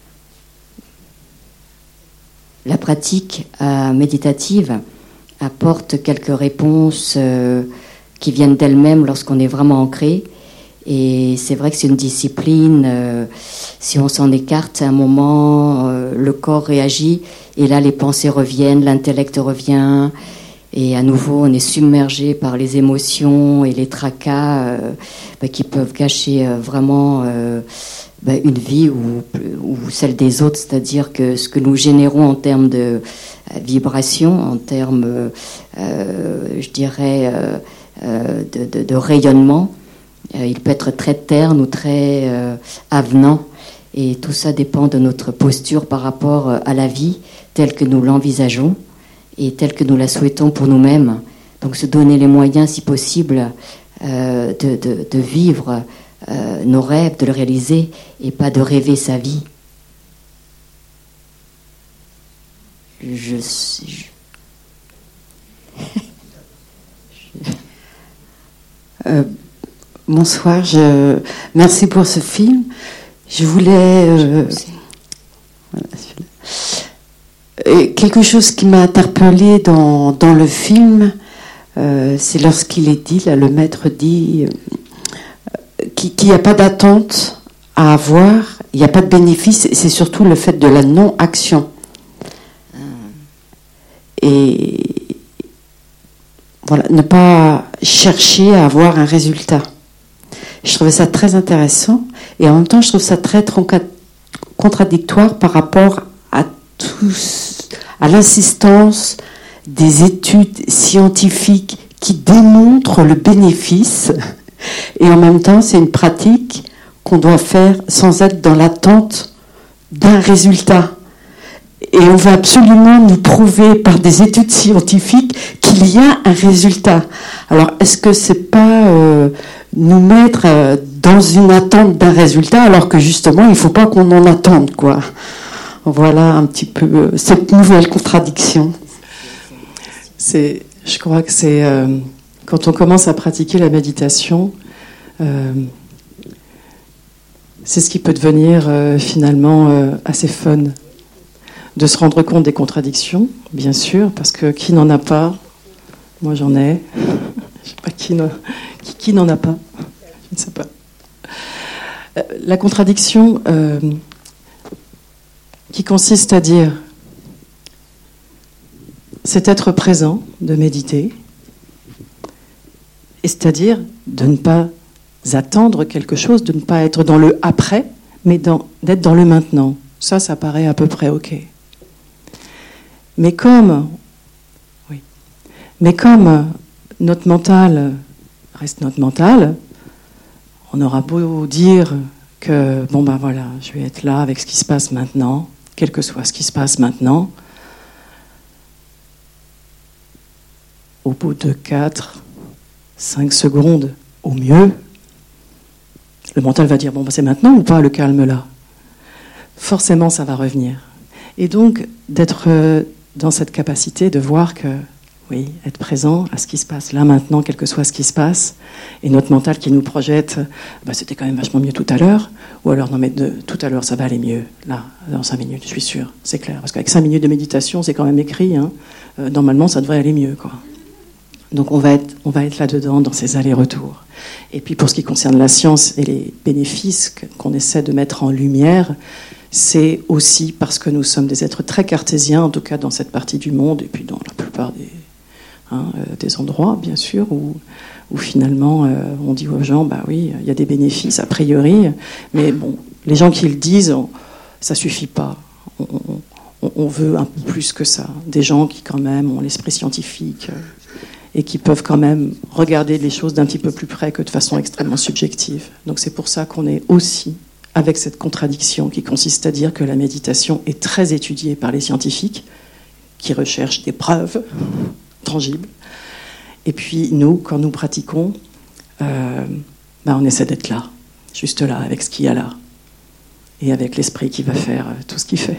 La pratique euh, méditative apporte quelques réponses euh, qui viennent d'elle-même lorsqu'on est vraiment ancré. Et c'est vrai que c'est une discipline, euh, si on s'en écarte, à un moment, euh, le corps réagit, et là les pensées reviennent, l'intellect revient, et à nouveau on est submergé par les émotions et les tracas euh, bah, qui peuvent gâcher euh, vraiment euh, bah, une vie ou, ou celle des autres, c'est-à-dire que ce que nous générons en termes de euh, vibration, en termes, euh, euh, je dirais, euh, euh, de, de, de rayonnement, euh, il peut être très terne ou très euh, avenant, et tout ça dépend de notre posture par rapport à la vie telle que nous l'envisageons et telle que nous la souhaitons pour nous-mêmes. Donc se donner les moyens, si possible, euh, de, de, de vivre euh, nos rêves, de le réaliser, et pas de rêver sa vie. Je... je... euh, bonsoir, je... merci pour ce film. Je voulais... Euh... Voilà, celui-là. Et quelque chose qui m'a interpellée dans, dans le film, euh, c'est lorsqu'il est dit, là, le maître dit euh, qu'il n'y a pas d'attente à avoir, il n'y a pas de bénéfice, c'est surtout le fait de la non-action. Et voilà, ne pas chercher à avoir un résultat. Je trouvais ça très intéressant, et en même temps je trouve ça très contradictoire par rapport à tous, à l'insistance des études scientifiques qui démontrent le bénéfice, et en même temps c'est une pratique qu'on doit faire sans être dans l'attente d'un résultat. Et on veut absolument nous prouver par des études scientifiques qu'il y a un résultat. Alors est-ce que c'est pas euh, nous mettre euh, dans une attente d'un résultat alors que justement il ne faut pas qu'on en attende, quoi. Voilà un petit peu euh, cette nouvelle contradiction. C'est, je crois que c'est euh, quand on commence à pratiquer la méditation, euh, c'est ce qui peut devenir euh, finalement euh, assez fun, de se rendre compte des contradictions, bien sûr, parce que qui n'en a pas? Moi j'en ai. Je sais pas qui, n'en, qui, qui n'en a pas. Je ne sais pas. Euh, la contradiction euh, qui consiste à dire, c'est être présent, de méditer, et c'est-à-dire de ne pas attendre quelque chose, de ne pas être dans le après, mais dans, d'être dans le maintenant. Ça, ça paraît à peu près OK. Mais comme, oui, mais comme notre mental reste notre mental, on aura beau dire que, bon ben voilà, je vais être là avec ce qui se passe maintenant, quel que soit ce qui se passe maintenant, au bout de quatre, cinq secondes au mieux, le mental va dire, bon ben c'est maintenant ou pas le calme là? Forcément ça va revenir. Et donc d'être dans cette capacité de voir que, oui, être présent à ce qui se passe là maintenant, quel que soit ce qui se passe, et notre mental qui nous projette, bah, c'était quand même vachement mieux tout à l'heure, ou alors non mais de, tout à l'heure ça va aller mieux, là, dans cinq minutes, je suis sûre, c'est clair, parce qu'avec cinq minutes de méditation, c'est quand même écrit, hein, euh, normalement ça devrait aller mieux, quoi. Donc on va être, on va être là-dedans, dans ces allers-retours. Et puis pour ce qui concerne la science et les bénéfices qu'on essaie de mettre en lumière, c'est aussi parce que nous sommes des êtres très cartésiens, en tout cas dans cette partie du monde, et puis dans la plupart des, hein, euh, des endroits, bien sûr, où, où finalement euh, on dit aux gens, bah oui, il y a des bénéfices a priori, mais bon, les gens qui le disent, on, ça suffit pas. On, on, on veut un peu plus que ça. Des gens qui quand même ont l'esprit scientifique euh, et qui peuvent quand même regarder les choses d'un petit peu plus près que de façon extrêmement subjective. Donc c'est pour ça qu'on est aussi avec cette contradiction qui consiste à dire que la méditation est très étudiée par les scientifiques qui recherchent des preuves tangibles. Et puis nous, quand nous pratiquons, euh, ben on essaie d'être là, juste là, avec ce qu'il y a là, et avec l'esprit qui va faire tout ce qu'il fait.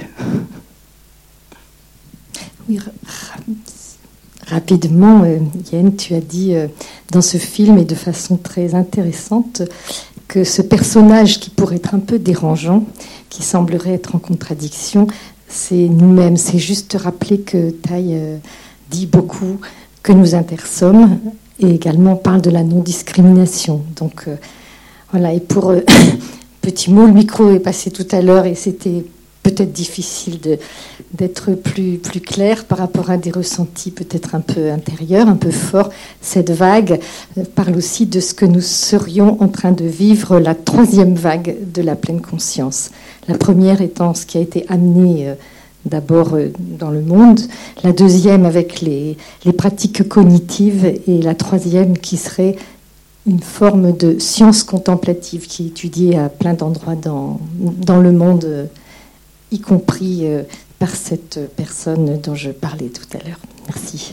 Oui, rapidement, euh, Yen, tu as dit euh, dans ce film, et de façon très intéressante, que ce personnage qui pourrait être un peu dérangeant, qui semblerait être en contradiction, c'est nous-mêmes. C'est juste rappeler que Thay euh, dit beaucoup que nous intersommes et également parle de la non-discrimination. Donc euh, voilà, et pour euh, petit mot, le micro est passé tout à l'heure et c'était peut-être difficile de, d'être plus, plus clair par rapport à des ressentis peut-être un peu intérieurs, un peu forts. Cette vague parle aussi de ce que nous serions en train de vivre, la troisième vague de la pleine conscience. La première étant ce qui a été amené euh, d'abord euh, dans le monde, la deuxième avec les, les pratiques cognitives et la troisième qui serait une forme de science contemplative qui est étudiée à plein d'endroits dans, dans le monde, euh, y compris euh, par cette personne dont je parlais tout à l'heure. Merci.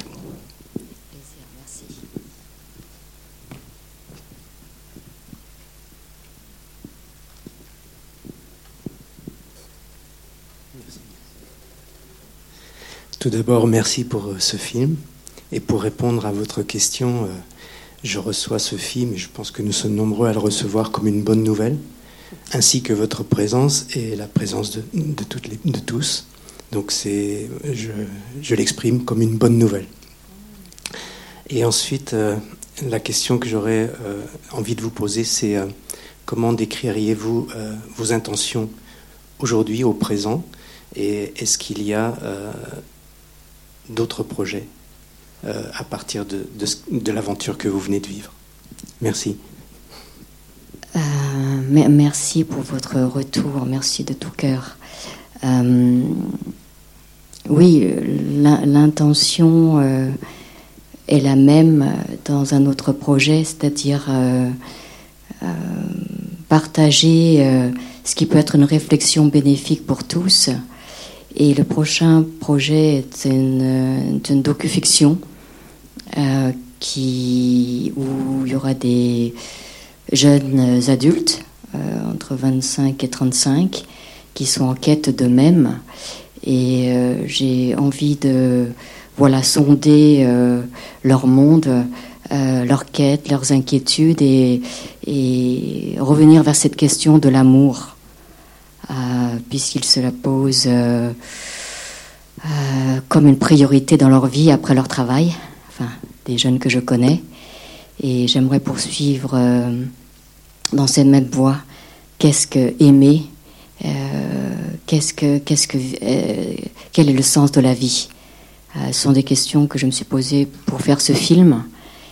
Tout d'abord, merci pour ce film. Et pour répondre à votre question, je reçois ce film et je pense que nous sommes nombreux à le recevoir comme une bonne nouvelle, ainsi que votre présence et la présence de, de, toutes les, de tous. Donc c'est, je, je l'exprime comme une bonne nouvelle. Et ensuite, euh, la question que j'aurais euh, envie de vous poser, c'est euh, comment décririez-vous euh, vos intentions aujourd'hui, au présent, et est-ce qu'il y a euh, d'autres projets euh, à partir de, de, de l'aventure que vous venez de vivre? Merci. Euh, merci pour votre retour, merci de tout cœur. Euh, oui, l'intention euh, est la même dans un autre projet, c'est-à-dire euh, euh, partager euh, ce qui peut être une réflexion bénéfique pour tous. Et le prochain projet est une, une docu-fiction euh, qui, où il y aura des jeunes adultes, euh, entre vingt-cinq et trente-cinq, qui sont en quête d'eux-mêmes. Et euh, j'ai envie de voilà, sonder euh, leur monde, euh, leurs quêtes, leurs inquiétudes, et, et revenir vers cette question de l'amour, euh, puisqu'ils se la posent euh, euh, comme une priorité dans leur vie après leur travail, enfin, des jeunes que je connais. Et j'aimerais poursuivre euh, dans cette même voie. Qu'est-ce que aimer euh, qu'est-ce que, qu'est-ce que, euh, quel est le sens de la vie? euh, Ce sont des questions que je me suis posées pour faire ce film.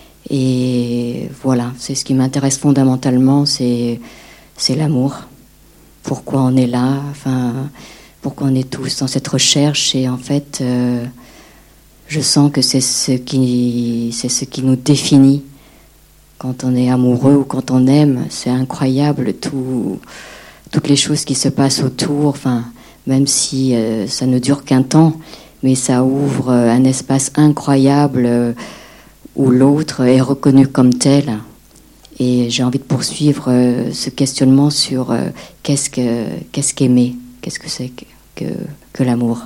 Et voilà, c'est ce qui m'intéresse fondamentalement, c'est, c'est l'amour. Pourquoi on est là, enfin, pourquoi on est tous dans cette recherche. Et en fait, euh, je sens que c'est ce qui, c'est ce qui nous définit. Quand on est amoureux ou quand on aime, c'est incroyable, tout, toutes les choses qui se passent autour, enfin, même si euh, ça ne dure qu'un temps, mais ça ouvre euh, un espace incroyable euh, où l'autre est reconnu comme tel. Et j'ai envie de poursuivre euh, ce questionnement sur euh, qu'est-ce que, qu'est-ce qu'aimer, qu'est-ce que c'est que, que, que l'amour.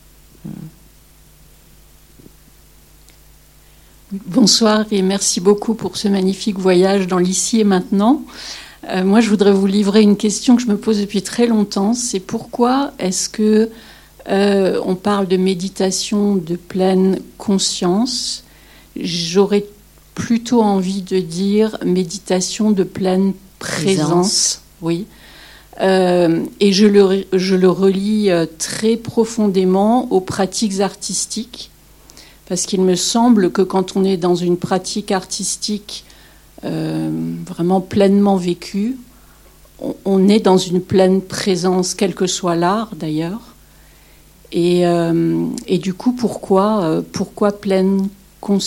Bonsoir et merci beaucoup pour ce magnifique voyage dans l'ici et maintenant. Euh, moi, je voudrais vous livrer une question que je me pose depuis très longtemps. C'est pourquoi est-ce que euh, on parle de méditation de pleine conscience, j'aurais plutôt envie de dire méditation de pleine présence, présence. Oui. Euh, et je le, je le relie très profondément aux pratiques artistiques, parce qu'il me semble que quand on est dans une pratique artistique euh, vraiment pleinement vécue, on, on est dans une pleine présence, quel que soit l'art d'ailleurs. Et, euh, et du coup, pourquoi, euh, pourquoi pleine conscience ?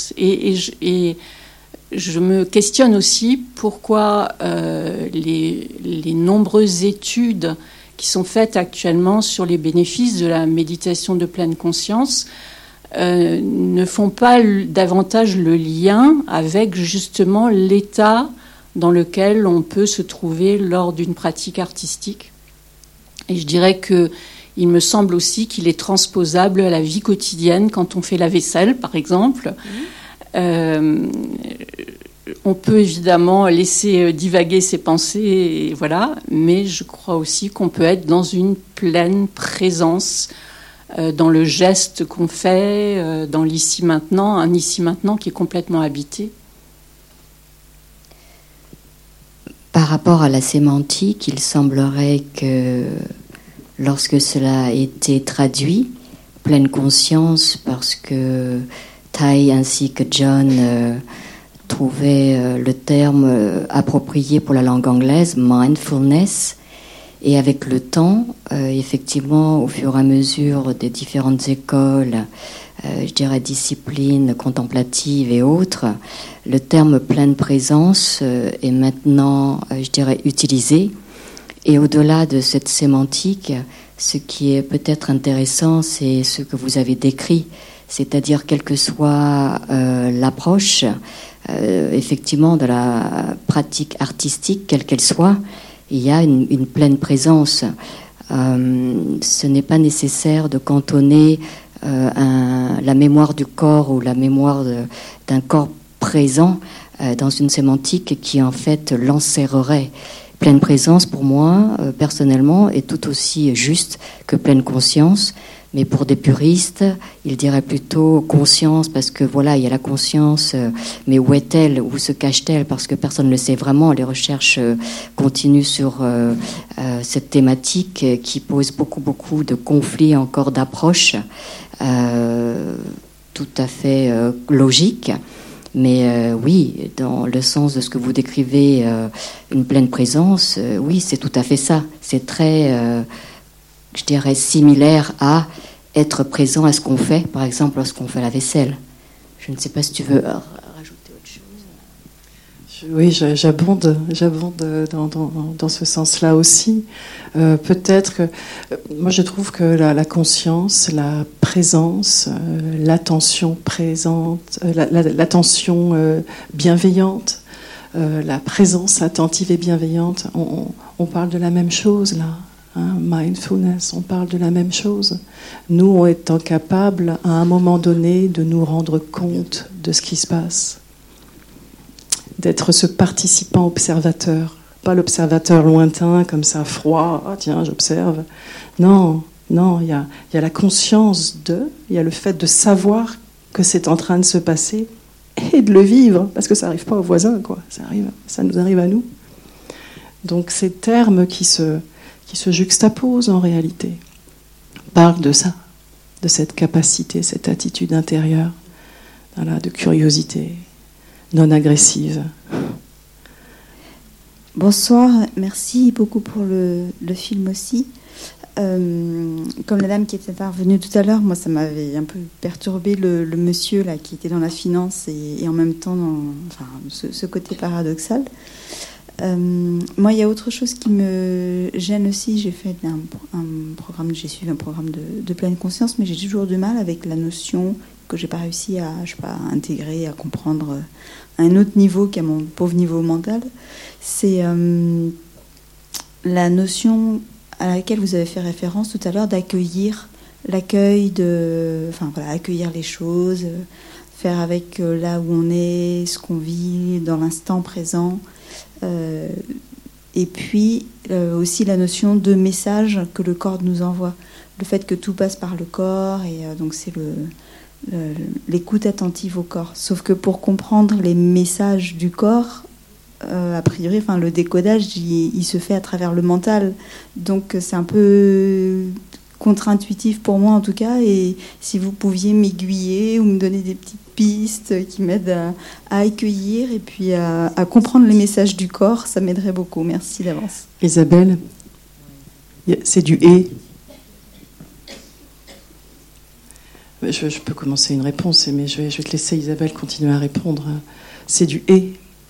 Et, et, je, et je me questionne aussi pourquoi euh, les, les nombreuses études qui sont faites actuellement sur les bénéfices de la méditation de pleine conscience euh, ne font pas davantage le lien avec justement l'état dans lequel on peut se trouver lors d'une pratique artistique. Et je dirais que il me semble aussi qu'il est transposable à la vie quotidienne quand on fait la vaisselle, par exemple. Mmh. Euh, on peut évidemment laisser divaguer ses pensées, et voilà, mais je crois aussi qu'on peut être dans une pleine présence euh, dans le geste qu'on fait, euh, dans l'ici-maintenant, un ici-maintenant qui est complètement habité. Par rapport à la sémantique, il semblerait que lorsque cela a été traduit, pleine conscience, parce que Thay ainsi que John euh, trouvaient euh, le terme euh, approprié pour la langue anglaise, mindfulness, et avec le temps, euh, effectivement, au fur et à mesure des différentes écoles, euh, je dirais disciplines contemplatives et autres, le terme pleine présence euh, est maintenant, euh, je dirais, utilisé. Et au-delà de cette sémantique, ce qui est peut-être intéressant, c'est ce que vous avez décrit, c'est-à-dire quelle que soit euh, l'approche, euh, effectivement, de la pratique artistique, quelle qu'elle soit, il y a une, une pleine présence. Euh, ce n'est pas nécessaire de cantonner euh, un, la mémoire du corps ou la mémoire de, d'un corps présent euh, dans une sémantique qui, en fait, l'enserrerait. Pleine présence, pour moi, euh, personnellement, est tout aussi juste que pleine conscience. Mais pour des puristes, ils diraient plutôt conscience, parce que voilà, il y a la conscience, euh, mais où est-elle ? Où se cache-t-elle ? Parce que personne ne le sait vraiment. Les recherches euh, continuent sur euh, euh, cette thématique euh, qui pose beaucoup, beaucoup de conflits encore d'approches, euh, tout à fait euh, logiques. Mais euh, oui, dans le sens de ce que vous décrivez, euh, une pleine présence, euh, oui, c'est tout à fait ça. C'est très, euh, je dirais, similaire à être présent à ce qu'on fait, par exemple lorsqu'on fait la vaisselle. Je ne sais pas si tu veux rajouter autre chose. Oui, j'abonde, j'abonde dans, dans, dans ce sens-là aussi. Euh, peut-être que, moi je trouve que la, la conscience, la présence, euh, l'attention présente, euh, la, la, l'attention euh, bienveillante, euh, la présence attentive et bienveillante, on, on parle de la même chose là. Hein, mindfulness, on parle de la même chose. Nous, en étant capables, à un moment donné, de nous rendre compte de ce qui se passe. D'être ce participant observateur, pas l'observateur lointain, comme ça, froid, ah tiens, j'observe. Non, non, il y a, y a la conscience de, il y a le fait de savoir que c'est en train de se passer et de le vivre, parce que ça n'arrive pas aux voisins, quoi. Ça arrive, ça nous arrive à nous. Donc ces termes qui se, qui se juxtaposent en réalité parlent de ça, de cette capacité, cette attitude intérieure, voilà, de curiosité, non agressive. Bonsoir, merci beaucoup pour le, le film aussi. Euh, comme la dame qui était intervenue tout à l'heure, moi ça m'avait un peu perturbé le, le monsieur là qui était dans la finance et, et en même temps dans enfin, ce, ce côté paradoxal. Euh, moi il y a autre chose qui me gêne aussi. J'ai fait un, un programme, j'ai suivi un programme de, de pleine conscience, mais j'ai toujours du mal avec la notion que j'ai pas réussi à, je sais pas, à intégrer, à comprendre à un autre niveau qu'à mon pauvre niveau mental. C'est euh, la notion à laquelle vous avez fait référence tout à l'heure d'accueillir, l'accueil de, enfin voilà, accueillir les choses, faire avec là où on est, ce qu'on vit dans l'instant présent, euh, et puis euh, aussi la notion de message que le corps nous envoie, le fait que tout passe par le corps et euh, donc c'est le le, l'écoute attentive au corps. Sauf que pour comprendre les messages du corps, euh, a priori, enfin, le décodage, il, il se fait à travers le mental. Donc c'est un peu contre-intuitif pour moi en tout cas. Et si vous pouviez m'aiguiller ou me donner des petites pistes qui m'aident à, à accueillir et puis à, à comprendre les messages du corps, ça m'aiderait beaucoup. Merci d'avance. Isabelle, c'est du « et ». Je, je peux commencer une réponse, mais je vais, je vais te laisser, Isabelle, continuer à répondre. C'est du « et ».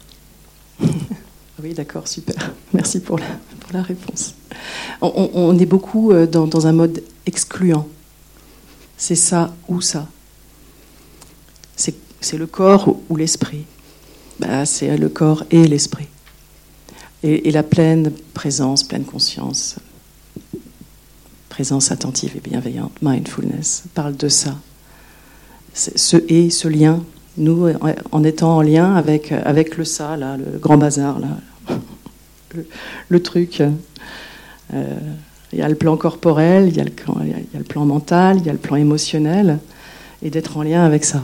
Oui, d'accord, super. Merci pour la, pour la réponse. On, on est beaucoup dans, dans un mode excluant. C'est ça ou ça. C'est, c'est le corps ou, ou l'esprit. Bah, c'est le corps et l'esprit. Et, et la pleine présence, pleine conscience, présence attentive et bienveillante, mindfulness, parle de ça. C'est ce et, ce lien, nous, en étant en lien avec, avec le ça, là, le grand bazar, là, le, le truc. Euh, il y a le plan corporel, il y a le, il y a, il y a le plan mental, il y a le plan émotionnel, et d'être en lien avec ça.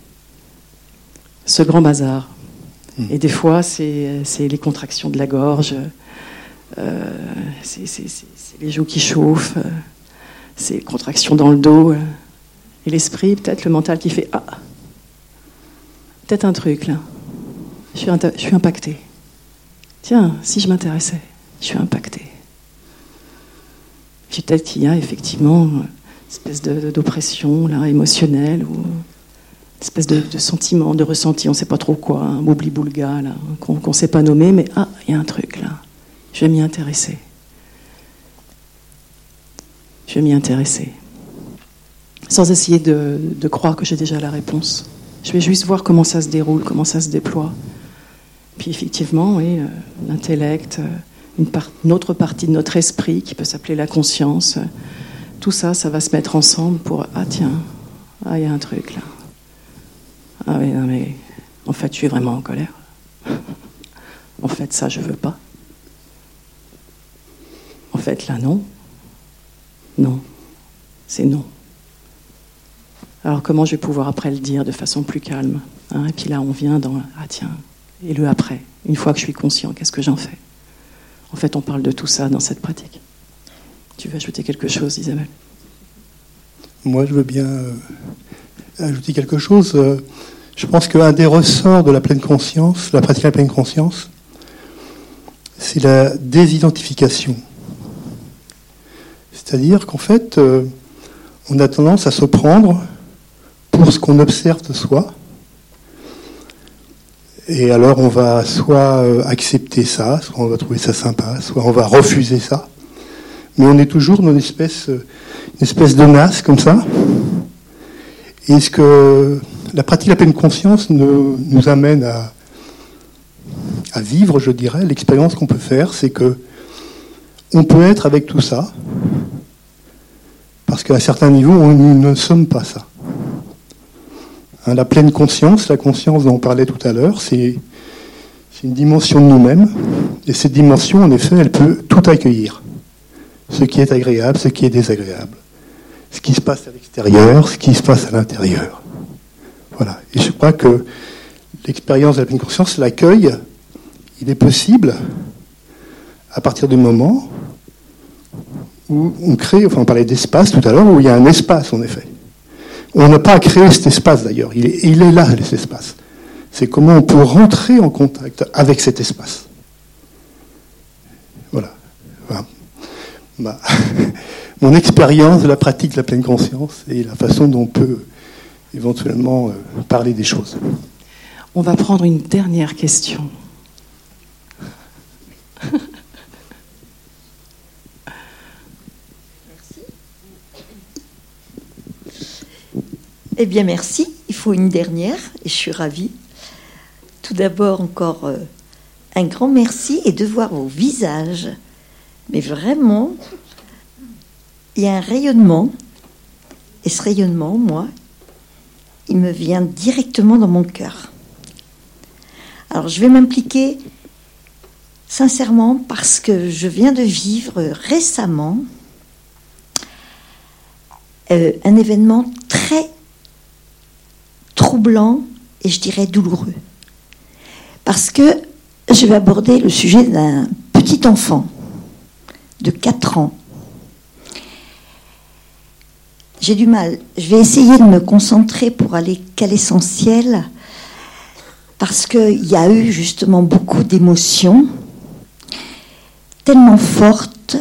Ce grand bazar. Mmh. Et des fois, c'est, c'est les contractions de la gorge, euh, c'est, c'est, c'est, c'est les joues qui chauffent, euh, c'est les contractions dans le dos, euh, et l'esprit, peut-être le mental qui fait « Ah, peut-être un truc, là. Je suis, je suis impacté. Tiens, si je m'intéressais, je suis impacté. » Puis peut-être qu'il y a effectivement une espèce de, de, d'oppression là, émotionnelle, ou une espèce de, de sentiment, de ressenti, on ne sait pas trop quoi, un oubli-boulga, là, qu'on ne sait pas nommer, mais ah, il y a un truc là, je vais m'y intéresser. Je vais m'y intéresser. Sans essayer de, de croire que j'ai déjà la réponse. Je vais juste voir comment ça se déroule, comment ça se déploie. Puis effectivement, oui, euh, l'intellect, euh, une, part, une autre partie de notre esprit qui peut s'appeler la conscience, euh, tout ça, ça va se mettre ensemble pour « Ah tiens, ah il y a un truc là. Ah oui, non mais en fait je suis vraiment en colère. En fait ça je veux pas. En fait là non. Non. C'est non. Alors comment je vais pouvoir après le dire de façon plus calme, hein? Et puis là on vient dans « Ah tiens ». Et le après, une fois que je suis conscient, qu'est-ce que j'en fais? En fait, on parle de tout ça dans cette pratique. Tu veux ajouter quelque chose, Isabelle? Moi, je veux bien euh, ajouter quelque chose. Euh, je pense qu'un des ressorts de la pleine conscience, la pratique de la pleine conscience, c'est la désidentification. C'est-à-dire qu'en fait, euh, on a tendance à se prendre pour ce qu'on observe de soi. Et alors on va soit accepter ça, soit on va trouver ça sympa, soit on va refuser ça. Mais on est toujours dans une espèce, une espèce de nasse comme ça. Et ce que la pratique de la pleine conscience nous, nous amène à, à vivre, je dirais, l'expérience qu'on peut faire, c'est que on peut être avec tout ça, parce qu'à un certain niveau, on, nous ne sommes pas ça. La pleine conscience, la conscience dont on parlait tout à l'heure, c'est, c'est une dimension de nous-mêmes. Et cette dimension, en effet, elle peut tout accueillir. Ce qui est agréable, ce qui est désagréable. Ce qui se passe à l'extérieur, ce qui se passe à l'intérieur. Voilà. Et je crois que l'expérience de la pleine conscience, l'accueil, il est possible à partir du moment où on crée, enfin on parlait d'espace tout à l'heure, où il y a un espace, en effet. On n'a pas à créer cet espace d'ailleurs, il est, il est là cet espace. C'est comment on peut rentrer en contact avec cet espace. Voilà. Voilà. Bah, mon expérience de la pratique de la pleine conscience et la façon dont on peut éventuellement euh, parler des choses. On va prendre une dernière question. Eh bien, merci. Il faut une dernière, et je suis ravie. Tout d'abord, encore euh, un grand merci, et de voir vos visages. Mais vraiment, il y a un rayonnement, et ce rayonnement, moi, il me vient directement dans mon cœur. Alors, je vais m'impliquer sincèrement parce que je viens de vivre récemment euh, un événement très troublant et je dirais douloureux. Parce que je vais aborder le sujet d'un petit enfant de quatre ans. J'ai du mal. Je vais essayer de me concentrer pour aller qu'à l'essentiel, parce qu'il y a eu justement beaucoup d'émotions, tellement fortes,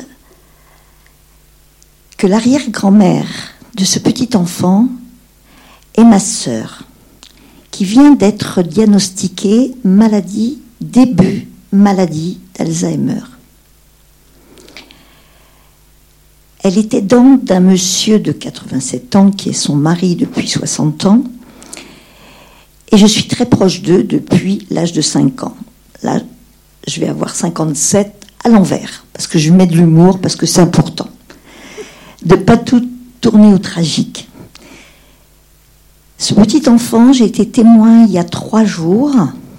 que l'arrière-grand-mère de ce petit enfant est ma sœur, qui vient d'être diagnostiquée maladie, début maladie d'Alzheimer. Elle était donc d'un monsieur de quatre-vingt-sept ans, qui est son mari depuis soixante ans, et je suis très proche d'eux depuis l'âge de cinq ans. Là, je vais avoir cinquante-sept à l'envers, parce que je mets de l'humour, parce que c'est important. De ne pas tout tourner au tragique. Ce petit enfant, j'ai été témoin il y a trois jours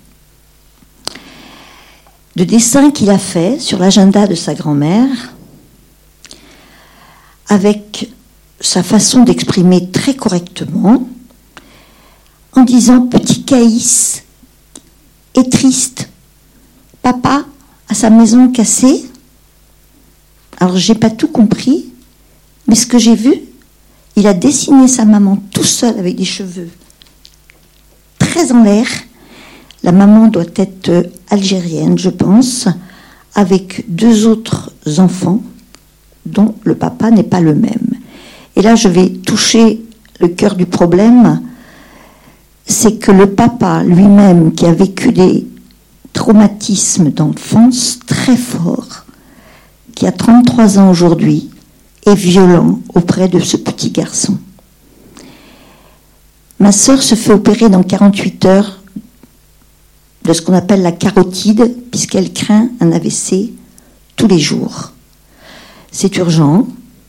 de dessins qu'il a fait sur l'agenda de sa grand-mère, avec sa façon d'exprimer très correctement, en disant « Petit Caïs est triste. Papa a sa maison cassée. » Alors, j'ai pas tout compris, mais ce que j'ai vu, il a dessiné sa maman tout seul avec des cheveux très en l'air. La maman doit être algérienne, je pense, avec deux autres enfants dont le papa n'est pas le même. Et là, je vais toucher le cœur du problème. C'est que le papa lui-même, qui a vécu des traumatismes d'enfance très forts, qui a trente-trois ans aujourd'hui, est violent auprès de ce petit garçon. Ma sœur se fait opérer dans quarante-huit heures de ce qu'on appelle la carotide, puisqu'elle craint un A V C tous les jours. C'est urgent.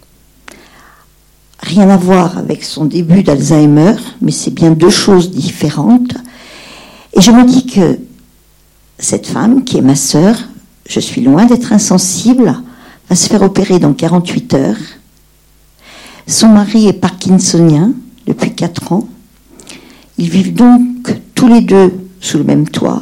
Rien à voir avec son début d'Alzheimer, mais c'est bien deux choses différentes. Et je me dis que cette femme, qui est ma sœur, je suis loin d'être insensible, va se faire opérer dans quarante-huit heures. Son mari est parkinsonien depuis quatre ans. Ils vivent donc tous les deux sous le même toit.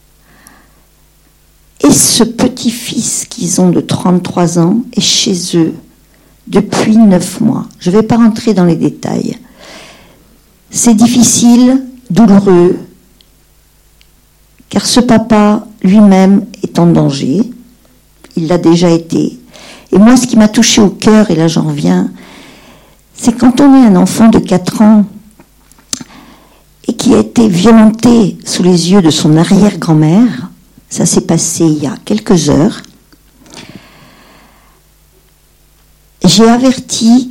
Et ce petit-fils qu'ils ont de trente-trois ans est chez eux depuis neuf mois. Je ne vais pas rentrer dans les détails. C'est difficile, douloureux, car ce papa lui-même est en danger. Il l'a déjà été. Et moi, ce qui m'a touché au cœur, et là j'en reviens, c'est quand on est un enfant de quatre ans et qui a été violenté sous les yeux de son arrière-grand-mère, ça s'est passé il y a quelques heures, j'ai averti,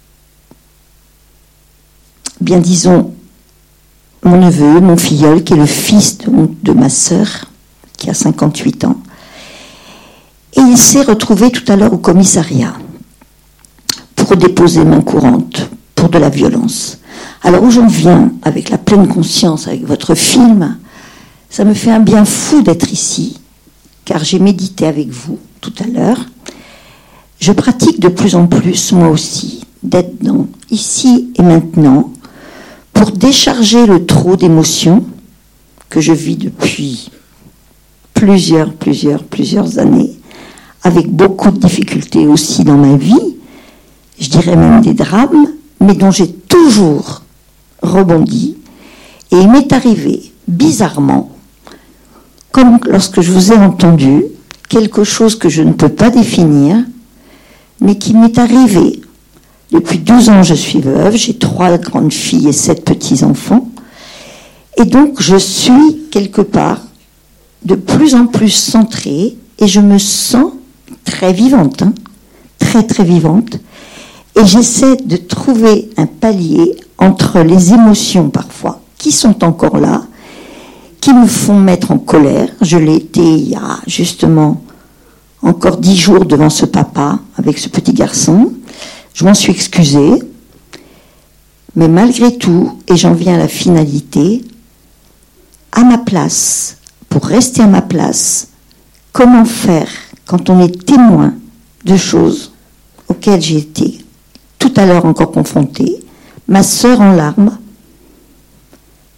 bien disons, mon neveu, mon filleul, qui est le fils de, de ma sœur, qui a cinquante-huit ans, et il s'est retrouvé tout à l'heure au commissariat pour déposer main courante pour de la violence. Alors où j'en viens avec la pleine conscience, avec votre film, ça me fait un bien fou d'être ici, car j'ai médité avec vous tout à l'heure. Je pratique de plus en plus, moi aussi, d'être dans ici et maintenant, pour décharger le trop d'émotions que je vis depuis plusieurs, plusieurs, plusieurs années, avec beaucoup de difficultés aussi dans ma vie, je dirais même des drames, mais dont j'ai toujours rebondi. Et il m'est arrivé, bizarrement, comme lorsque je vous ai entendu, quelque chose que je ne peux pas définir, mais qui m'est arrivé. Depuis douze ans, je suis veuve, j'ai trois grandes filles et sept petits-enfants, et donc je suis quelque part de plus en plus centrée, et je me sens très vivante, hein, très très vivante, et j'essaie de trouver un palier entre les émotions parfois, qui sont encore là, qui me font mettre en colère. Je l'ai été il y a justement encore dix jours devant ce papa, avec ce petit garçon. Je m'en suis excusée, mais malgré tout, et j'en viens à la finalité, à ma place, pour rester à ma place, comment faire quand on est témoin de choses auxquelles j'ai été tout à l'heure encore confrontée, ma sœur en larmes,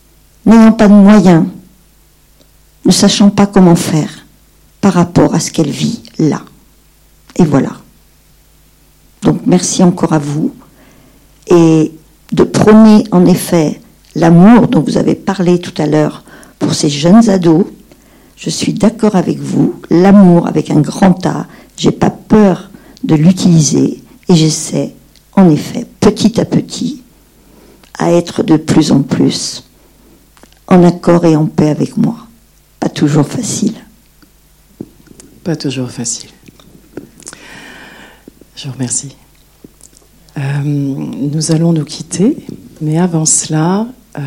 n'ayant pas de moyens, ne sachant pas comment faire par rapport à ce qu'elle vit là. Et voilà. Donc merci encore à vous. Et de prôner en effet l'amour dont vous avez parlé tout à l'heure pour ces jeunes ados, je suis d'accord avec vous. L'amour avec un grand A, j'ai pas peur de l'utiliser et j'essaie en effet petit à petit à être de plus en plus en accord et en paix avec moi. Pas toujours facile. Pas toujours facile. Je vous remercie. Euh, nous allons nous quitter, mais avant cela, euh,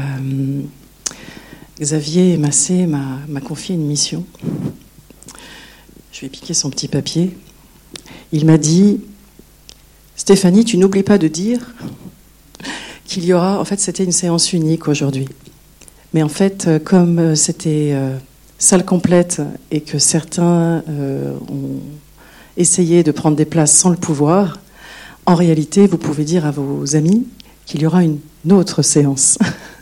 Xavier Massé m'a, m'a confié une mission. Je vais piquer son petit papier. Il m'a dit « Stéphanie, tu n'oublies pas de dire qu'il y aura... » En fait, c'était une séance unique aujourd'hui. Mais en fait, comme c'était euh, salle complète et que certains euh, ont essayé de prendre des places sans le pouvoir, en réalité, vous pouvez dire à vos amis qu'il y aura une autre séance.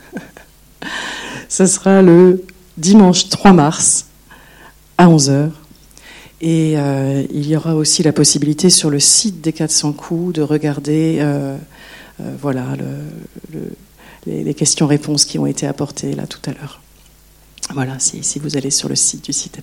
Ce sera le dimanche trois mars à onze heures. Et euh, il y aura aussi la possibilité sur le site des quatre cents coups de regarder euh, euh, voilà, le, le, les, les questions-réponses qui ont été apportées là tout à l'heure. Voilà, si, si vous allez sur le site du site.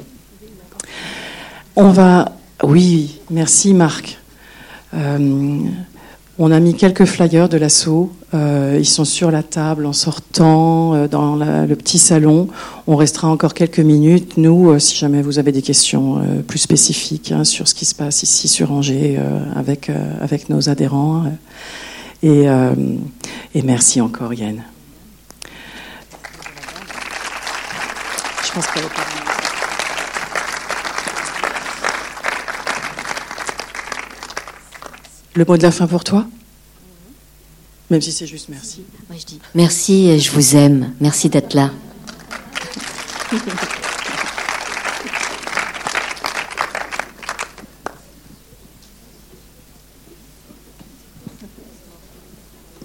On va... Oui, merci Marc. Euh, on a mis quelques flyers de l'assaut. Euh, ils sont sur la table en sortant euh, dans la, le petit salon. On restera encore quelques minutes. Nous, euh, si jamais vous avez des questions euh, plus spécifiques hein, sur ce qui se passe ici sur Angers euh, avec, euh, avec nos adhérents. Euh, et, euh, et merci encore Yann. Je pense qu'elle est pas... Le mot de la fin pour toi ? Même si c'est juste merci. Moi, je dis merci et je vous aime. Merci d'être là.